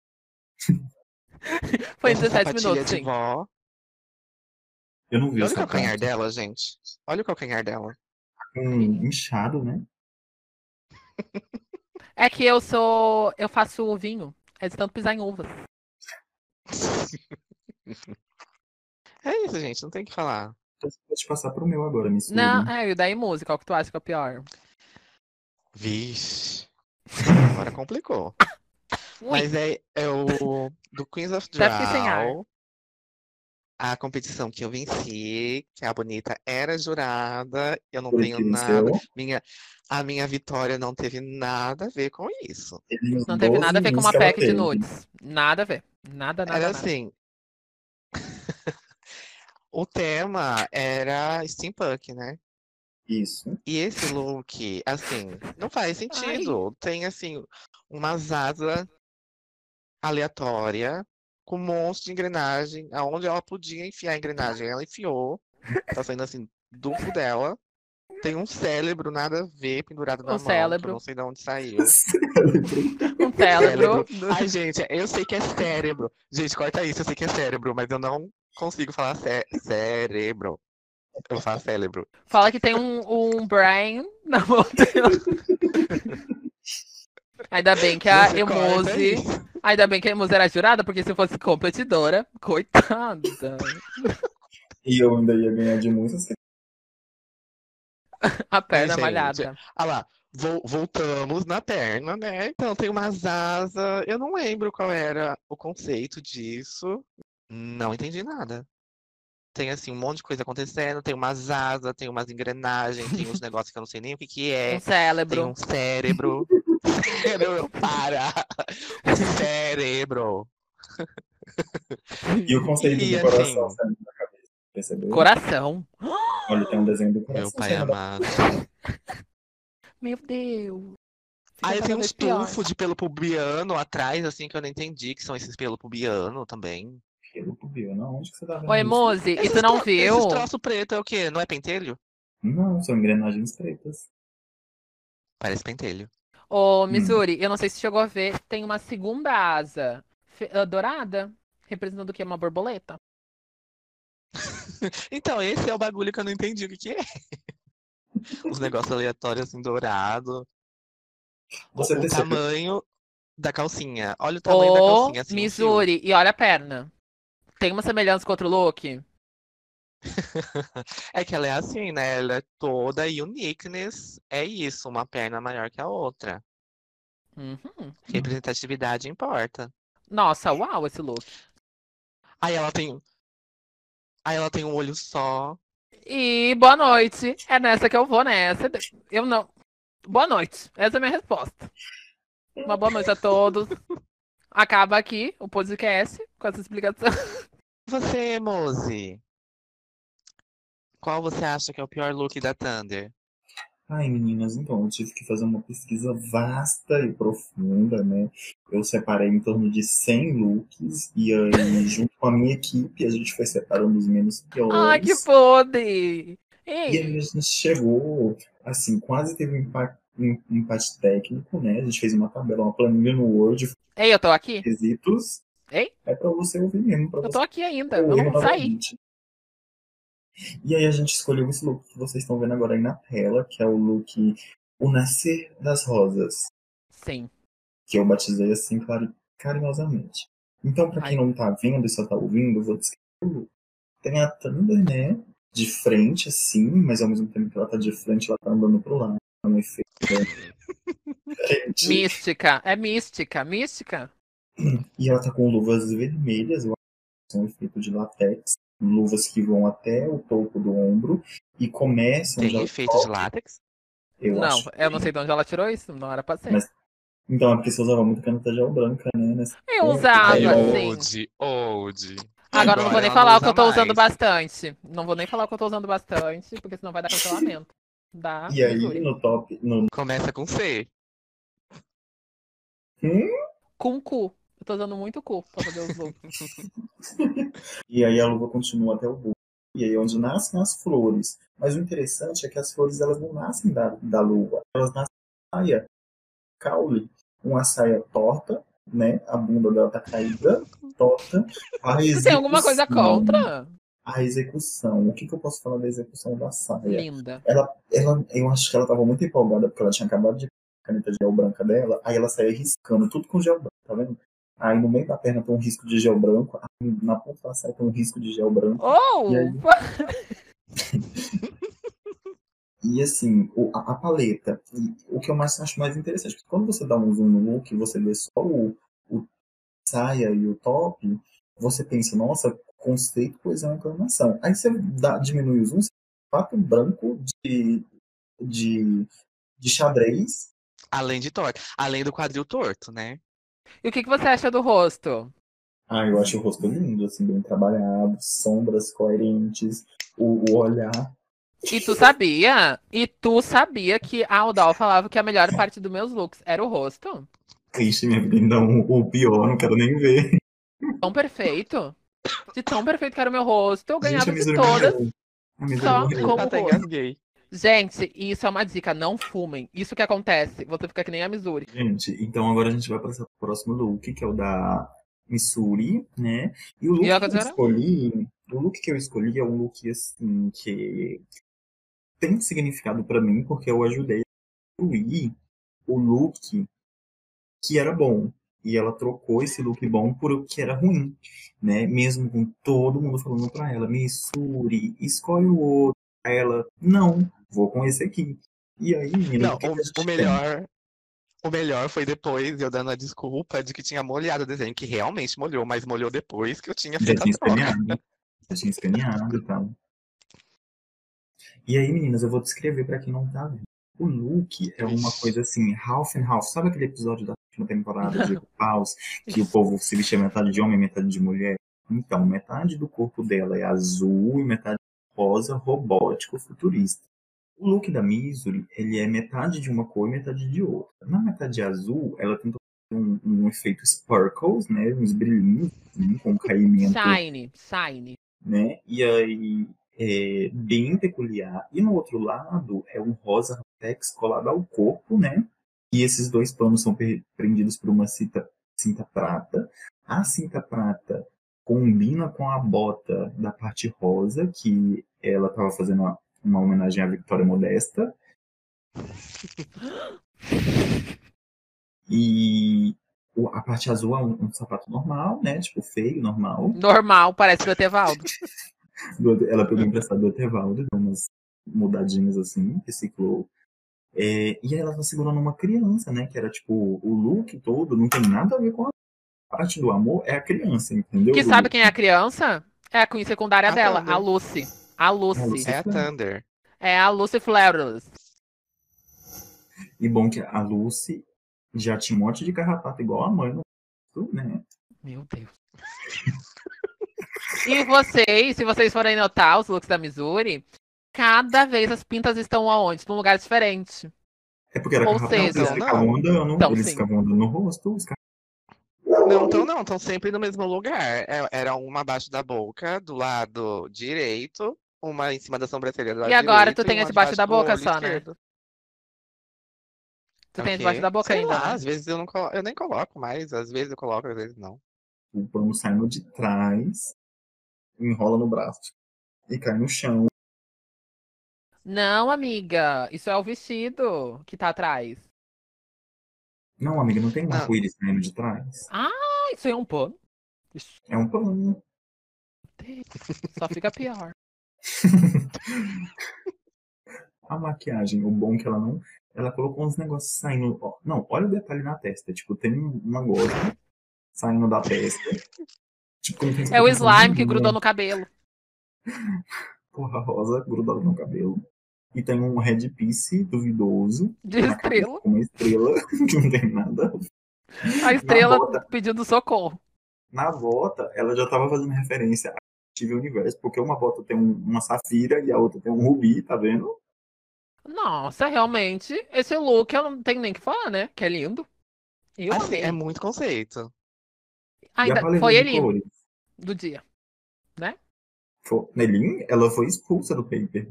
Foi em Essa 17 sapatilha minutos, de sim. vó. Eu não vi E o olha o calcanhar sapato. dela, gente. Olha o calcanhar dela. Inchado, né? É que eu sou. Eu faço vinho. É de tanto pisar em uvas. É isso, gente. Não tem o que falar. Então você pode passar pro meu agora, Não, Missouri. é, e daí música, qual que tu acha que é o pior? Vixe. Agora complicou. Ui, Mas é o do Queens of até fiquei sem ar. Draw. A competição que eu venci, que a Bonita era jurada, eu não Foi tenho que venceu. nada. A minha vitória não teve nada a ver com isso. Ele os Não teve 12 nada a ver com wins uma que ela pack de teve. nudes. Nada a ver. Nada, Era nada, nada. assim, o tema era steampunk, né? Isso. E esse look, assim, não faz Ai. sentido. Tem, assim, umas asas aleatória com um monte de engrenagem, aonde ela podia enfiar a engrenagem, ela enfiou. Tá saindo, assim, do cu dela. Tem um cérebro, nada a ver, pendurado Um na mão, que eu não cérebro. sei de onde saiu. Um Cérebro. cérebro. Ai, gente, eu sei que é cérebro. Gente, corta isso, eu sei que é cérebro, mas eu não consigo falar cérebro. Eu falo cérebro. Fala que tem um brain na mão dela. Ainda bem que a Você corta aí. Emose. Ainda bem que a Emose era jurada, porque se fosse competidora, coitada. E eu ainda ia ganhar de muitas. A Mas, perna gente, malhada. olha lá, voltamos na perna, né? Então tem umas asas. Eu não lembro qual era o conceito disso. Não entendi nada. Tem assim um monte de coisa acontecendo, tem umas asas, tem umas engrenagens, tem uns negócios que eu não sei nem o que que Um é, tem cérebro. um cérebro. Cérebro, para! O cérebro. E o conceito E do coração assim, saindo da cabeça. Percebeu? Coração. Olha, tem um desenho do meu coração pai saindo da amado. Meu Deus. Fica Aí tem cada uns vez pior. tufos de pelo pubiano atrás, assim, que eu não entendi que são esses pelo pubiano também. pelo pubio. Não, onde que você tá vendo Oi, isso? Mose, e tu não Esses viu? troços preto é o quê? Não é pentelho? Não, são engrenagens pretas. Parece pentelho. Ô, Hum. Missouri, eu não sei se chegou a ver, tem uma segunda asa dourada, representando o quê? Uma borboleta? Então, esse é o bagulho que eu não entendi o que que é. Os negócios aleatórios assim, dourado. Você O percebeu? tamanho da calcinha. Olha o tamanho da Ô, calcinha, assim, um fio. Missouri, e olha a perna. Tem uma semelhança com outro look? É que ela é assim, né? Ela é toda uniqueness. É isso, uma perna maior que a outra. Uhum. Representatividade importa. Nossa, uau, esse look. Aí ela tem, aí ela tem um olho só. E boa noite. É nessa que eu vou, nessa. Eu não. Boa noite. Essa é a minha resposta. Uma boa noite a todos. Acaba aqui o podcast com essa explicação. Você, Mose, qual você acha que é o pior look da Thunder? Ai, meninas, então, eu tive que fazer uma pesquisa vasta e profunda, né? Eu separei em torno de 100 looks, e aí, junto com a minha equipe, a gente foi separando os menos Ai, que piores. podre! E aí a Ei, gente chegou, assim, quase teve um empate técnico, né? A gente fez uma tabela, uma planilha no Word, ei, eu tô aqui? quesitos. Ei, É pra você ouvir mesmo, pra eu tô você aqui ainda. Eu ouvir não saí. novamente. E aí a gente escolheu esse look que vocês estão vendo agora aí na tela, que é o look O Nascer das Rosas, Sim. que eu batizei assim carinhosamente. Então, pra quem Ai, não tá vendo e só tá ouvindo, eu vou descrever o look. Tem a Thunder, né, de frente, assim, mas ao mesmo tempo que ela tá de frente, ela tá andando pro lado. É um efeito diferente. mística. É mística. Mística? E ela tá com luvas vermelhas, eu acho que são um efeito de látex. Luvas que vão até o topo do ombro e começam Tem já o efeito de toque, látex? eu Não, acho. eu não sei de onde ela tirou isso. Não era pra ser. Mas, então, é porque você usava muito caneta gel branca, né? Nessa Eu época, Ai, usava, aí sim. old. Agora eu não vou Agora nem ela não falar o que usa eu tô usando mais. bastante. Não vou nem falar o que eu tô usando bastante, porque senão vai dar cancelamento. Da e aí Missouri. no top. No... Começa com C. Hum? Com cu. Eu tô usando muito cu pra fazer os looks. E aí a luva continua até o busto. e aí é onde nascem as flores. Mas o interessante é que as flores elas não nascem da lua, elas nascem da saia, caule, uma saia torta, né? A bunda dela tá caída, torta. A Tu tem alguma coisa execução, contra? a execução. O que eu posso falar da execução da saia? Linda. Eu acho que ela tava muito empolgada porque ela tinha acabado de a caneta de gel branca dela, aí ela saía riscando tudo com gel branco, tá vendo? Aí no meio da perna tem um risco de gel branco, aí na ponta da saia tem um risco de gel branco. E aí, Oh! e assim, a paleta, o que eu acho mais interessante, porque quando você dá um zoom no look, você vê só o saia e o top, você pensa, nossa, conceito, coesão e inclinação. Aí você diminui o zoom, você tem um fato branco de, de xadrez. Além de torto. Além do quadril torto, né? E o que você acha do rosto? Eu acho o rosto lindo, assim, bem trabalhado, sombras coerentes, o olhar. E tu sabia que a Aldal falava que a melhor parte dos meus looks era o rosto? Triste, minha vida, então o pior, não quero nem ver. Tão perfeito. De tão perfeito que era o meu rosto, eu Gente, ganhava a de Missouri todas morreu. A Missouri só morreu. como Até rosto. engasguei. Gente, isso é uma dica, não fumem. Isso que acontece, você fica que nem a Missouri. Gente, então agora a gente vai passar pro próximo look, que é o da Missouri, né? E o E look a que eu Cassandra? escolhi, é um look assim que tem significado pra mim, porque eu ajudei a construir o look que era bom. E ela trocou esse look bom por o que era ruim, né? Mesmo com todo mundo falando pra ela, Missouri, escolhe o outro. Aí ela, não, vou com esse aqui. E aí, meninas, Não, o que que a o gente tem? melhor. O melhor foi depois eu dando a desculpa de que tinha molhado o desenho, que realmente molhou, mas molhou depois que eu tinha Já feito a tinha troca. escaneado. Já tinha escaneado e tal. E aí, meninas, eu vou descrever pra quem não tá vendo. O look é uma Ixi. coisa assim, half and half. Sabe aquele episódio da última temporada de Paus, que o Isso. povo se vestia metade de homem e metade de mulher? Então, metade do corpo dela é azul e metade rosa, robótico, futurista. O look da Misery, ele é metade de uma cor e metade de outra. Na metade azul, ela tentou fazer um efeito sparkles, né? Uns brilhinhos, assim, com caimento, Shine. né? E aí é bem peculiar. E no outro lado é um rosa latex colado ao corpo, né? E esses dois panos são prendidos por uma cinta prata. A cinta prata combina com a bota da parte rosa, que ela estava fazendo uma homenagem à Victoria Modesta. E a parte azul é um sapato normal, né? Tipo, feio, normal. Normal, parece do Etevaldo. Ela pegou emprestado do Etevaldo, deu umas mudadinhas assim, reciclou. E aí ela tá segurando uma criança, né? Que era tipo, o look todo não tem nada a ver com a parte do amor, é a criança, entendeu? Que Do sabe look. quem é a criança? É a Queen secundária A dela, a Thunder. Lucy. A A Lucy. Lucy É a Flare. Thunder. É a Lucy Flawless. E bom que a Lucy já tinha um monte de carrapato igual a mãe, né? Meu Deus. E vocês, se vocês forem notar os looks da Missouri, cada vez as pintas estão aonde? Num lugar diferente. É porque era Ou carrapato, Não, seja, eles então ficavam não. andando, Então, eles sim. ficavam andando no rosto, os Não, então não, estão sempre no mesmo lugar. Era uma abaixo da boca, do lado direito, uma em cima da sobrancelha do lado E agora tu direito e tem uma a debaixo debaixo da do boca olho só, né? esquerdo. Tu É o tem a debaixo quê? da boca Sei ainda, lá, né? às vezes eu não eu nem coloco mais, às vezes eu coloco, às vezes não. o pano saindo de trás, enrola no braço e cai no chão. Não, amiga. Isso é o vestido que tá atrás. Não, amiga, não tem um Não, arco-íris saindo de trás? Ah, isso aí é um pano. Isso É um pano. só fica pior. A maquiagem, o bom é que ela não. Ela colocou uns negócios saindo. Não, olha o detalhe na testa. Tipo, tem uma gosma saindo da testa. Tipo, quando você É tá o pensando, slime que grudou no cabelo. porra rosa grudada no cabelo. E tem um headpiece duvidoso De na cabeça estrela. com uma estrela, que não tem nada. A Na estrela bota, pedindo socorro. na bota, ela já tava fazendo referência ao Steven Universo, porque uma bota tem uma safira e a outra tem um rubi, tá vendo? Nossa, realmente, esse look eu não tenho nem o que falar, né? Que é lindo. Eu assim, é amei. muito conceito. E a Ainda paleta foi de ele cores? do dia, né? Nelin, ela foi expulsa do paper.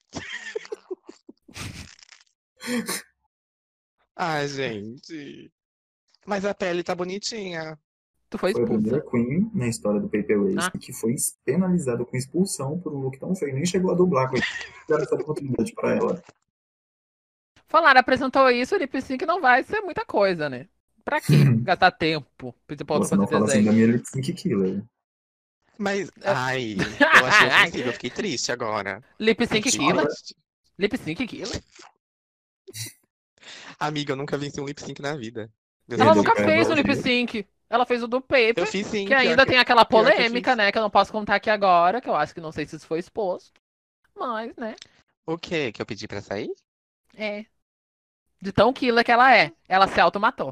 Ai, gente. Mas a pele tá bonitinha. Tu foi Foi a primeira expulsa. Queen na história do Paper Race Ah, que foi penalizada com expulsão por um look tão feio. Nem chegou a dublar, coitada. Deram essa oportunidade pra ela. falaram, apresentou isso, o lip sync não vai ser muita coisa, né? Pra quê? Gastar tempo, pedir pra outra Você fazer não fala assim desenho. da minha lip sync killer. Mas, ai, eu achei ofensivo, eu fiquei triste agora. Lip sync Fiquei killer? triste. Lip sync killer? Amiga, eu nunca venci um lip sync na vida. Meus Ela lip Perdeu nunca syncs pra são fez o lip horríveis. Brasil. sync. Ela fez o do Eu Paper, fiz sim, que ainda tem aquela pior que eu polêmica, fiz. né? Que eu não posso contar aqui agora, que eu acho que não sei se isso foi exposto. Mas, né? O quê? Que eu pedi pra sair? É. De tão killer que ela é. Ela se automatou.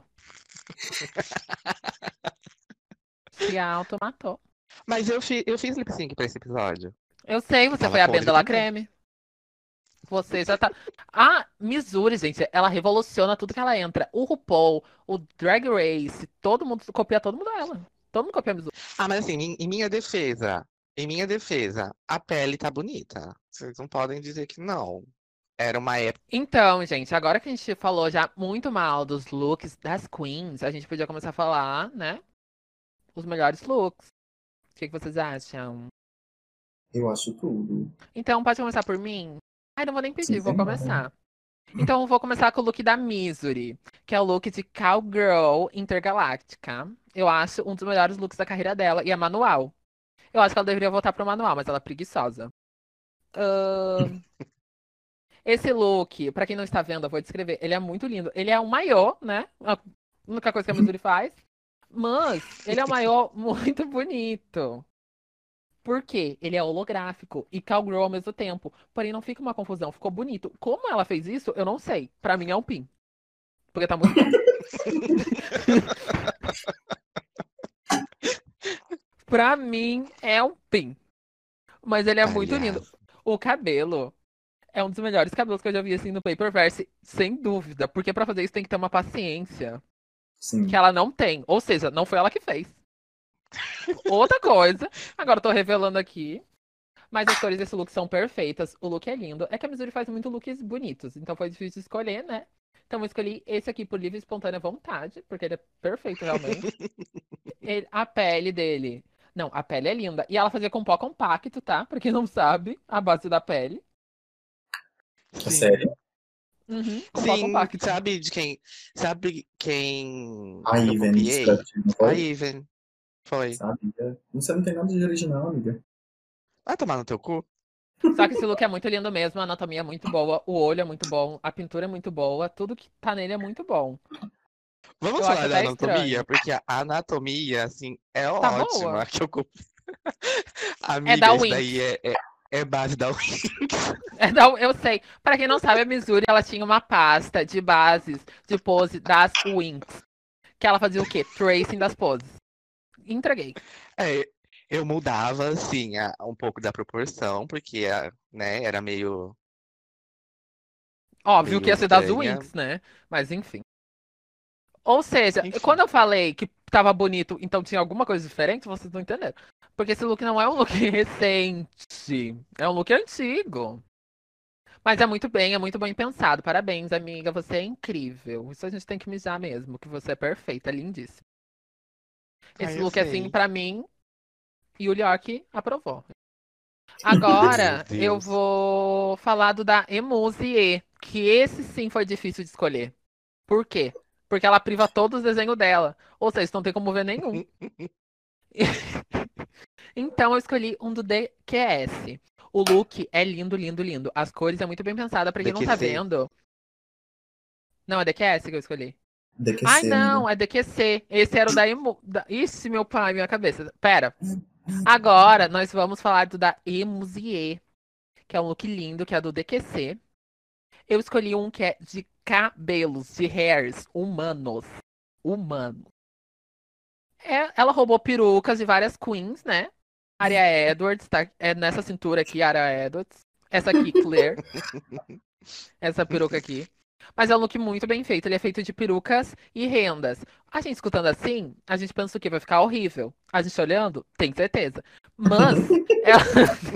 Se automatou. Mas eu fiz lip sync pra esse episódio. Eu sei, você Tava foi a podre Benda La também. Creme. Você já tá. A Missouri, gente, ela revoluciona tudo que ela entra. O RuPaul, o Drag Race, todo mundo copia todo mundo dela. Todo mundo copia a Missouri. Ah, mas assim, em minha defesa, a pele tá bonita. Vocês não podem dizer que não. Era uma época. Então, gente, agora que a gente falou já muito mal dos looks das queens, a gente podia começar a falar, né? Os melhores looks. O que vocês acham? Eu acho tudo. Então, pode começar por mim? Ai, não vou nem Sim, pedir, vou senhora. começar. Então, eu vou começar com o look da Missouri, que é o look de Cowgirl Intergaláctica. Eu acho um dos melhores looks da carreira dela, e é manual. Eu acho que ela deveria voltar pro manual, mas ela é preguiçosa. Esse look, pra quem não está vendo, eu vou descrever. Ele é muito lindo. Ele é um maiô, né? A única coisa que a Missouri faz. Mas ele é um maiô muito bonito. Por quê? Ele é holográfico e cowgirl ao mesmo tempo. Porém, não fica uma confusão. Ficou bonito. Como ela fez isso, eu não sei. Pra mim é um pin. Porque tá muito bom. Pra mim é um pin. Mas ele é muito lindo. Aliás, O cabelo é um dos melhores cabelos que eu já vi assim no Paperverse, sem dúvida. Porque pra fazer isso tem que ter uma paciência que Sim. ela não tem. Ou seja, não foi ela que fez. Outra coisa, agora eu tô revelando aqui. Mas as cores desse look são perfeitas. O look é lindo. É que a Missouri faz muito looks bonitos. Então foi difícil escolher, né? Então eu escolhi esse aqui por livre e espontânea vontade. Porque ele é perfeito, realmente. A pele dele. Não, a pele é linda. E ela fazia com pó compacto, tá? Pra quem não sabe, a base da pele. É sim. sério? Uhum, com pó Sim, compacto. sabe quem A eu Ivan copiei? Strategy, não A foi? Even. Foi. Sabe? Você não tem nada de original, amiga. Vai tomar no teu cu? Só que esse look é muito lindo mesmo, a anatomia é muito boa, o olho é muito bom, a pintura é muito boa, tudo que tá nele é muito bom. Vamos Eu acho falar da até anatomia? estranho. Porque a anatomia, assim, é Tá ótima. boa. Que eu... É Amiga, da isso daí Winx. é base da Winx. Eu sei. Pra quem não sabe, a Missouri ela tinha uma pasta de bases de pose das Winx. Que ela fazia o quê? Tracing das poses. Entreguei. É, eu mudava, assim, um pouco da proporção, porque, né, era Óbvio que meio ia ser das estranha. Winx, né? Mas enfim. Ou seja, Enfim. quando eu falei que tava bonito, então tinha alguma coisa diferente, vocês não entenderam. Porque esse look não é um look recente. É um look antigo. Mas é muito bem pensado. Parabéns, amiga. Você é incrível. Isso a gente tem que mijar mesmo, que você é perfeita, lindíssima. Esse Ai, eu look, assim, sei. pra mim, e o York aprovou. Ai, meu Agora, eu Deus. vou falar do da Emusie, que esse sim foi difícil de escolher. Por quê? Porque ela priva todos os desenhos dela. Ou seja, não tem como ver nenhum. Então eu escolhi um do DQS. O look é lindo, lindo, lindo. As cores é muito bem pensada. Pra quem não tá DQC. vendo. Não, é DQS que eu escolhi. Ai, DQC, amiga. não, é DQC. Esse era o da Emu. Ixi, meu pai, minha cabeça. Pera. Agora nós vamos falar do da Emusie, que é um look lindo, que é do DQC. Eu escolhi um que é de cabelos, de hairs humanos. Humanos. Ela roubou perucas de várias queens, né? Aria Edwards, tá? É nessa cintura aqui, Aria Edwards. Essa aqui, Claire. Essa peruca aqui. Mas é um look muito bem feito. Ele é feito de perucas e rendas. A gente escutando assim, a gente pensa o quê? Vai ficar horrível. A gente olhando, tem certeza. Mas, ela,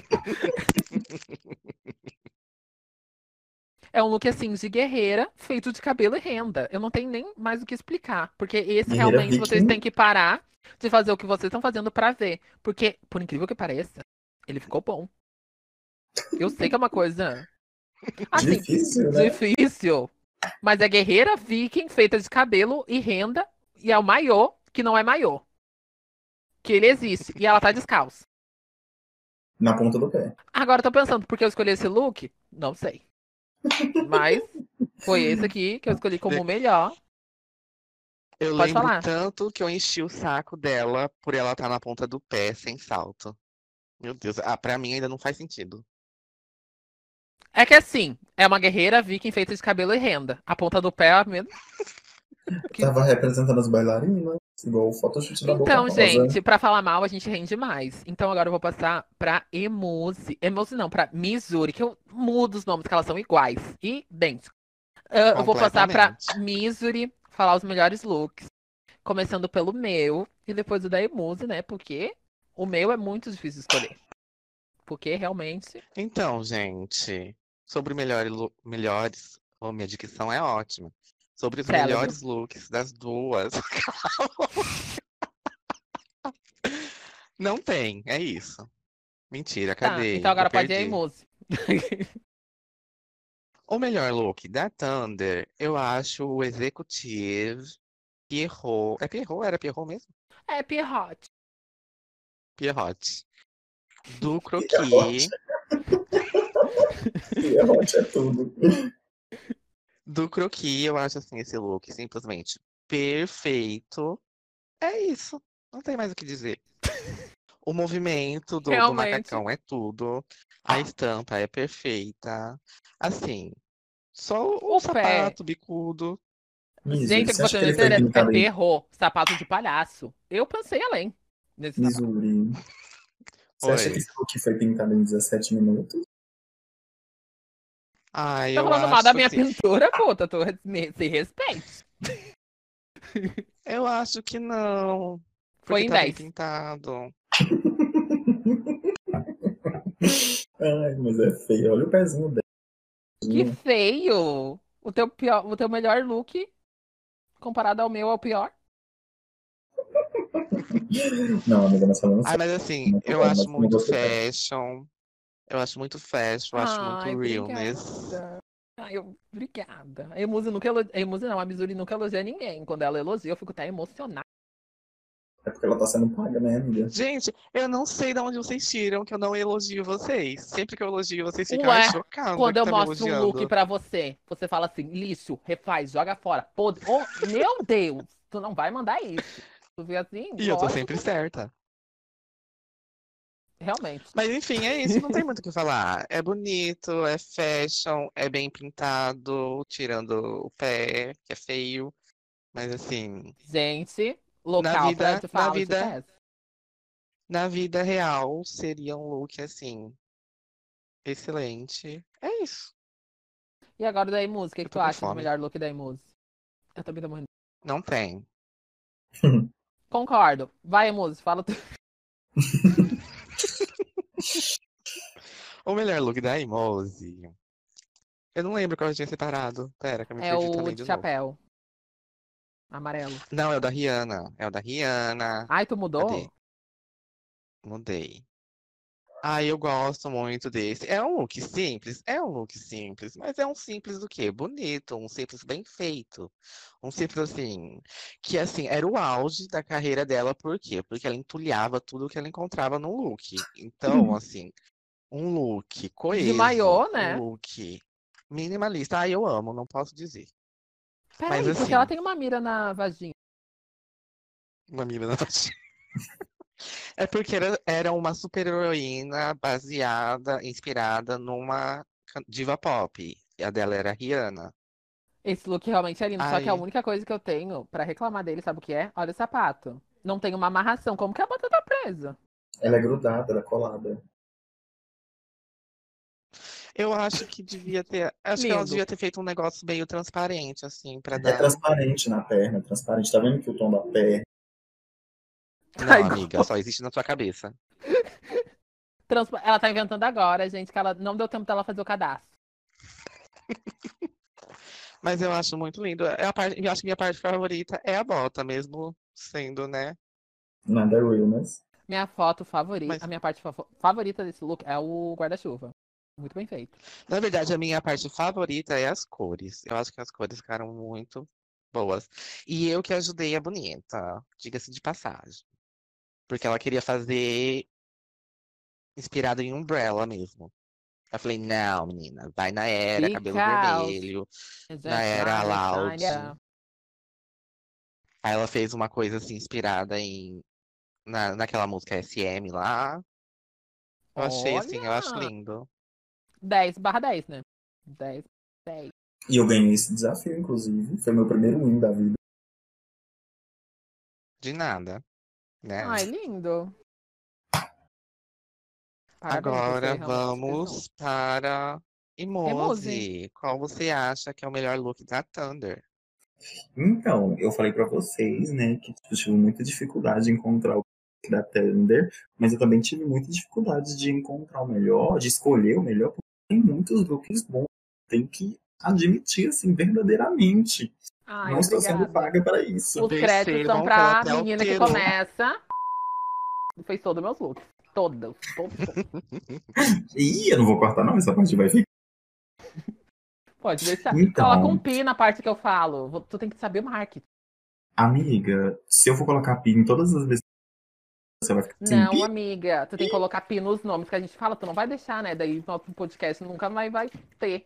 é um look assim de guerreira, feito de cabelo e renda. Eu não tenho nem mais o que explicar. Porque esse Guerreira realmente vocês têm viking. que parar de fazer o que vocês estão fazendo pra ver. Porque, por incrível que pareça, ele ficou bom. Eu sei que é uma coisa, assim, Difícil, né? difícil. Mas é guerreira viking feita de cabelo e renda. E é o maiô, que não é maiô. Que ele existe. E ela tá descalça. Na ponta do pé. Agora eu tô pensando, por que eu escolhi esse look? Não sei. Mas foi esse aqui que eu escolhi como o melhor. Eu Pode lembro falar. tanto que eu enchi o saco dela por ela estar na ponta do pé sem salto. Meu Deus, pra mim ainda não faz sentido. É que assim, é uma guerreira viking feita de cabelo e renda. A ponta do pé é a mesma. Que... Tava representando as bailarinas, igual o photoshoot da Boca Então, Rosa. gente, pra falar mal, a gente rende mais. Então agora eu vou passar pra Emuse. Emuse não, pra Missouri, que eu mudo os nomes, que elas são iguais. Idênticos. Eu vou passar pra Completamente. Missouri, falar os melhores looks. Começando pelo meu e depois o da Emuse, né? Porque o meu é muito difícil de escolher. Porque realmente. Então, gente, sobre melhores. Oh, minha dicção é ótima. Sobre os Cérebro. melhores looks das duas. Não tem, é isso. Mentira, Tá, então cadê? Já agora pode ir a perdi. Emuse. O melhor look da Thunder, eu acho o Executive Pierrot. É Pierrot? Era Pierrot mesmo? É, Pierrot. Pierrot. Do Pierrot. Croquis. Pierrot é tudo. Do Croquis, eu acho assim esse look simplesmente perfeito. É isso. Não tem mais o que dizer. O movimento do Realmente. macacão é tudo. A estampa é perfeita. Assim, só o O pé. sapato bicudo. Gente, Missouri. é que Você acha você que não ele foi entendeu. É pintado em perro, sapato de palhaço. Eu pensei além nesse sapato. Missouri? Você acha que Oi. esse look foi pintado em 17 minutos? Ah, Tá eu falando mal da acho minha assim. pintura, puta? Se respeite. Eu acho que não. Foi Porque em tá bem 10. pintado. Ai, mas é feio. Olha o pezinho Que dela. feio! O teu melhor look, comparado ao meu, é o pior? Não, amiga, nós falamos Ah, sério. mas assim, Muito eu bom, acho mas como muito você tá? fashion. Eu acho muito fashion, eu acho Ai, muito realness. obrigada. Ai, obrigada. A Emuse nunca elogia. A Emuse não, a Missouri nunca elogia ninguém. Quando ela elogia, eu fico até emocionada. É porque ela tá sendo paga, né, amiga? Gente, eu não sei de onde vocês tiram que eu não elogio vocês. Sempre que eu elogio, vocês ficam, ai, Ué, chocada quando que eu tá me mostro um look elogiando. pra você, você fala assim, lixo, refaz, joga fora. Podre. Oh, meu Deus, tu não vai mandar isso. Tu vê assim, E eu tô sempre lógico, certa. realmente. Mas enfim, é isso, não tem muito o que falar. É bonito, é fashion, é bem pintado, tirando o pé, que é feio. Mas assim, Gente, na local pra vida, de na fala de vida, pés. na vida real, seria um look assim, excelente. É isso. E agora da Emuse, o que, Eu que tu tô com acha do fome. melhor look da Emuse? Eu também tô morrendo. Não tem. Concordo. Vai, Emuse, fala tu. O melhor look da Imose. Eu não lembro qual eu tinha separado. Pera, que eu me É perdi o também de de novo. chapéu, amarelo. Não, é o da Rihanna. É o da Rihanna. Ai, tu mudou? Cadê? Mudei. Ah, eu gosto muito desse. É um look simples? É um look simples, mas é um simples do quê? Bonito, um simples bem feito. Um simples assim, que assim, era o auge da carreira dela, por quê? Porque ela entulhava tudo que ela encontrava no look. Então, assim, um look De coeso, maiô, um né? look minimalista. Ah, eu amo, não posso dizer. Mas Peraí, porque ela assim, tem uma mira na vagina. uma mina na É porque era uma super-heroína baseada, inspirada numa diva pop. E a dela era a Rihanna. Esse look realmente é lindo, só que a Aí, única coisa que eu tenho pra reclamar dele, sabe o que é? Olha o sapato. Não tem uma amarração. Como que a bota tá presa? Ela é grudada, ela é colada. eu acho que devia ter. Acho que ela Lindo. devia ter feito um negócio meio transparente, assim, pra É dar. transparente na perna, é transparente. Tá vendo que o tom da perna Tá Não, amiga, igual. só existe na sua cabeça. Ela tá inventando agora, gente, que ela não deu tempo dela fazer o cadastro. Mas eu acho muito lindo. Eu acho que minha parte favorita é a bota, mesmo sendo, né? Nada realness. Minha foto favorita, a Mas, minha parte favorita desse look é o guarda-chuva. Muito bem feito. na verdade, a minha parte favorita é as cores. Eu acho que as cores ficaram muito boas. E eu que ajudei a bonita, diga-se de passagem. Porque ela queria fazer inspirado em Umbrella mesmo. Eu falei, não, menina, vai na era cabelo Because vermelho, it's na just era not a Loud. sign, yeah. Aí ela fez uma coisa assim, inspirada naquela música SM lá. Eu achei assim, eu acho Olha! lindo. 10/10, né? 10/10. E eu ganhei esse desafio, inclusive. Foi meu primeiro win da vida. De nada, né? Ai, lindo. Parabéns, você Agora realmente arrasou. vamos para Remove. Emoji. Qual você acha que é o melhor look da Thunder? Então, eu falei pra vocês, né, que tipo, eu tive muita dificuldade de encontrar o look da Thunder, mas eu também tive muita dificuldade de encontrar o melhor, de escolher o melhor, porque tem muitos looks bons. Tem que admitir, assim, verdadeiramente. Ai, Não estou sendo obrigada. paga para isso. Os créditos são Percebam que ela pra até menina que alterou. começa. Fez todos meus looks. Todos, todos, todos. E eu não vou cortar, não, essa parte vai ficar. Pode deixar. Coloca um Então, pi na parte que eu falo. Tu tem que saber o marketing. amiga, se eu for colocar pi em todas as vezes, você vai ficar assim, Não, pi, amiga. Tu tem que colocar pi nos nomes que a gente fala. Tu não vai deixar, né? Daí nosso podcast nunca vai ter.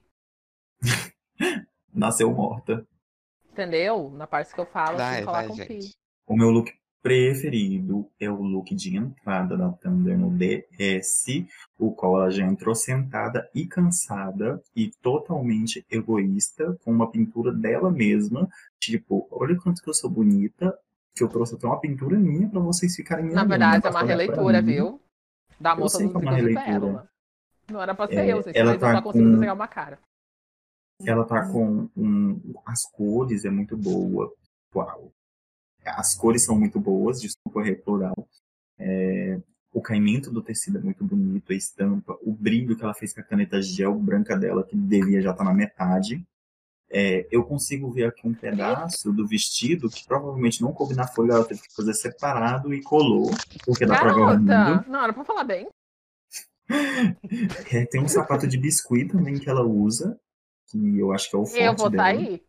nasceu morta. Entendeu? Na parte que eu falo, assim, Vai, coloca um pi. gente. O meu look preferido é o look de entrada da Thunder no DS, o qual ela já entrou sentada e cansada e totalmente egoísta, com uma pintura dela mesma. Tipo, olha quanto que eu sou bonita, que eu trouxe até uma pintura minha pra vocês ficarem me Na olhando. Não verdade, é uma basta olhar pra releitura, mim. viu? Da Eu moça sei dos que é uma ciclos de releitura. pérola. Não era pra ser eu, gente, Ela mas eu tá só consigo com, desenhar uma cara. ela tá com as cores é muito boa. Uau. As cores são muito boas, desculpa replorar. O caimento do tecido é muito bonito, a estampa, o brilho que ela fez com a caneta gel branca dela, que devia já estar na metade. Eu consigo ver aqui um pedaço do vestido que provavelmente não coube na folha, ela teve que fazer separado e colou, porque dá pra ver o Garota! mundo. Não, era pra falar bem. Tem um sapato de biscuit também que ela usa, que eu acho que é o Eu forte vou dela. sair.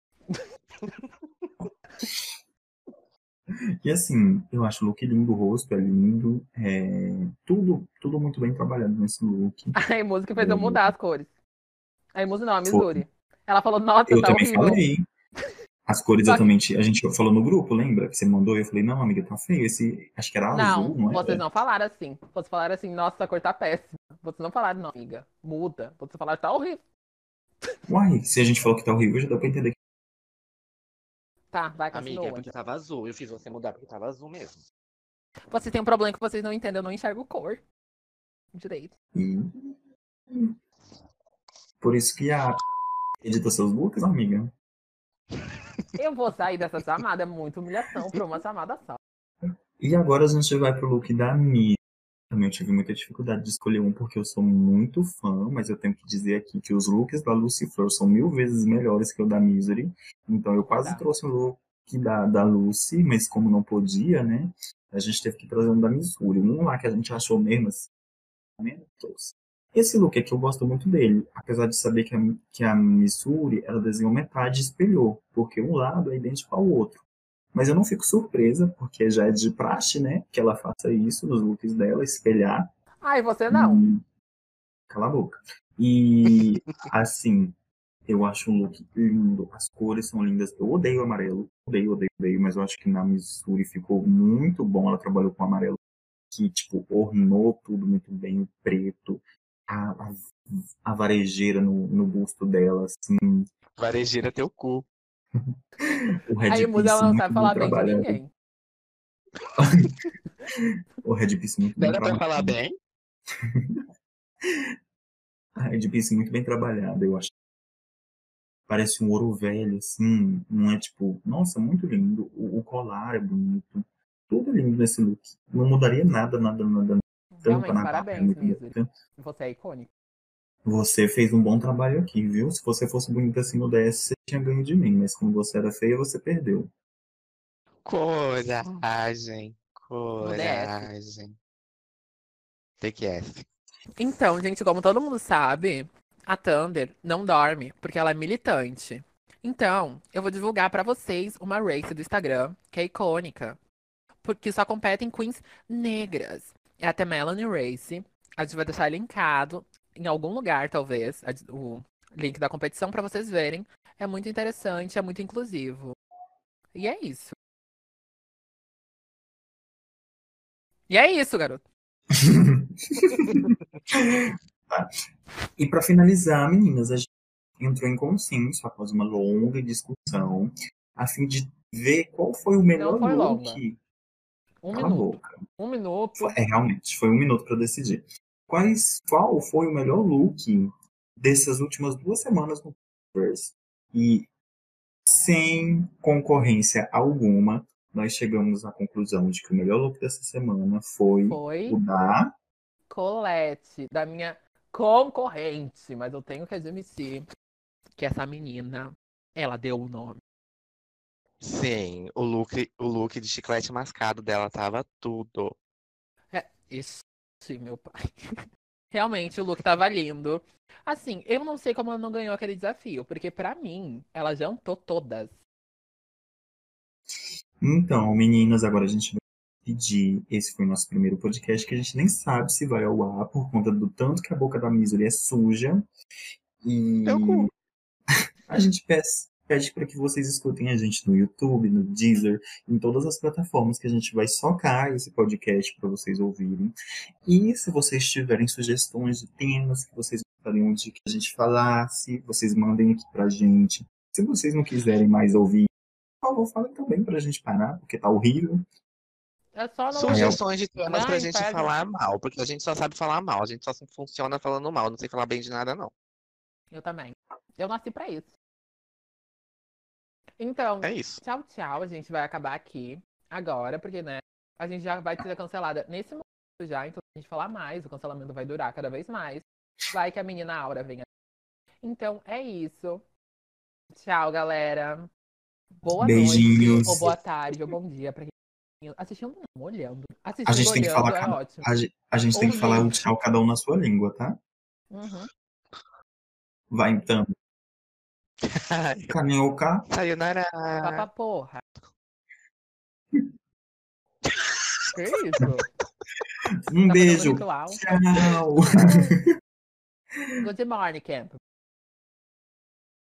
E assim, eu acho o look lindo, o rosto é lindo, tudo muito bem trabalhado nesse look. A música fez eu É, mudar as cores. A música não, a foi. Missouri. Ela falou, nossa, Eu tá também horrível. falei. As cores eu Só que, também. A gente falou no grupo, lembra? Que você mandou e eu falei, não, amiga, tá feio. Esse. Acho que era azul, não, não vocês era? não falaram assim. Vocês falaram assim, nossa, a cor tá péssima. Vocês não falaram, não, amiga, muda. Vocês falaram, tá horrível. Uai, se a gente falou que tá horrível, já deu pra entender. Tá, vai, Amiga, é continua. porque tava azul. Eu fiz você mudar porque tava azul mesmo. Vocês têm um problema que vocês não entendem, eu não enxergo cor direito. E por isso que a edita seus looks, amiga. Eu vou sair dessa chamada, é muita humilhação pra uma chamada só. E agora a gente vai pro look da Mi. Também eu tive muita dificuldade de escolher um porque eu sou muito fã, mas eu tenho que dizer aqui que os looks da Lucy Flor são 1000 vezes melhores que o da Misery. Então eu quase Verdade. trouxe o look da Lucy, mas como não podia, né? A gente teve que trazer um da Missouri. Um lá que a gente achou mesmo assim, né, trouxe. Esse look aqui eu gosto muito dele, apesar de saber que a Missouri ela desenhou metade e espelhou, porque um lado é idêntico ao outro. Mas eu não fico surpresa, porque já é de praxe, né? Que ela faça isso nos looks dela, espelhar. Ah, e você não? E... Cala a boca. E, assim, eu acho um look lindo. As cores são lindas. Eu odeio o amarelo. Odeio, odeio, odeio. Mas eu acho que na Missouri ficou muito bom. Ela trabalhou com amarelo que, tipo, ornou tudo muito bem. O preto. A, a, a varejeira no busto dela, assim. Varejeira teu cu. O Aí muda, headpiece ela não muito sabe bem falar bem de trabalhado. ninguém. O headpiece muito Não bem era pra falar trabalhado. bem? A headpiece muito bem trabalhada, eu acho. Parece um ouro velho, assim. Não é tipo, nossa, muito lindo. O colar é bonito. Tudo é lindo nesse look. Não mudaria nada, nada, nada. Tampa Realmente, na barra é parabéns, muito Misery. bonita. Você é icônico. Você fez um bom trabalho aqui, viu? Se você fosse bonita assim no DS, você tinha ganho de mim, mas como você era feia, você perdeu. Coragem, No DS. coragem. TQS. Então, gente, como todo mundo sabe, a Thunder não dorme porque ela é militante. Então, eu vou divulgar pra vocês uma race do Instagram que é icônica, porque só competem queens negras. É a The Melanie Race. A gente vai deixar linkado em algum lugar, talvez, o link da competição pra vocês verem. É muito interessante, é muito inclusivo. E é isso. E é isso, garoto. Tá. E para finalizar, meninas, a gente entrou em consenso após uma longa discussão, a fim de ver qual foi o Não melhor foi longa. look. Um Cala a minuto. boca. Um minuto. Realmente, foi um minuto para decidir. Qual foi o melhor look dessas últimas 2 semanas no Universe? E sem concorrência alguma, nós chegamos à conclusão de que o melhor look dessa semana foi Foi o da. Colette, da minha concorrente. Mas eu tenho que admitir que essa menina, ela deu o nome. Sim, o look de chiclete mascado dela tava tudo. Isso, sim, meu pai. Realmente, o look tava lindo. Assim, eu não sei como ela não ganhou aquele desafio, porque pra mim, ela jantou todas. Então, meninas, agora a gente vai pedir. Esse foi o nosso primeiro podcast que a gente nem sabe se vai ao ar por conta do tanto que a boca da Misery é suja. Teu E cu. a gente pede para que vocês escutem a gente no YouTube, no Deezer, em todas as plataformas que a gente vai socar esse podcast para vocês ouvirem. E se vocês tiverem sugestões de temas que vocês gostariam de que a gente falasse, vocês mandem aqui pra gente. Se vocês não quiserem mais ouvir, por favor, falem também pra gente parar, porque tá horrível. É só não ouvir. Sugestões de temas pra Não, gente pede. falar mal, porque a gente só sabe falar mal, a gente só funciona falando mal, não sei falar bem de nada, não. Eu também. Eu nasci pra isso. Então, É isso. tchau, tchau. A gente vai acabar aqui agora, porque, né, a gente já vai ser cancelada nesse momento já, então se a gente falar mais, o cancelamento vai durar cada vez mais. Vai que a menina Aura venha. Então, é isso. Tchau, galera. Boa noite, ou Beijinhos. boa tarde, ou bom dia pra quem assistindo não, olhando. A Assistindo gente tem que falar olhando é ótimo. a gente tem que falar o Ouvindo. tchau cada um na sua língua, tá? Uhum. Vai então. Canhoca. Sayonara. Papa porra. Que isso? Um Tá fazendo beijo. ritual? Tchau. Good morning, Camp.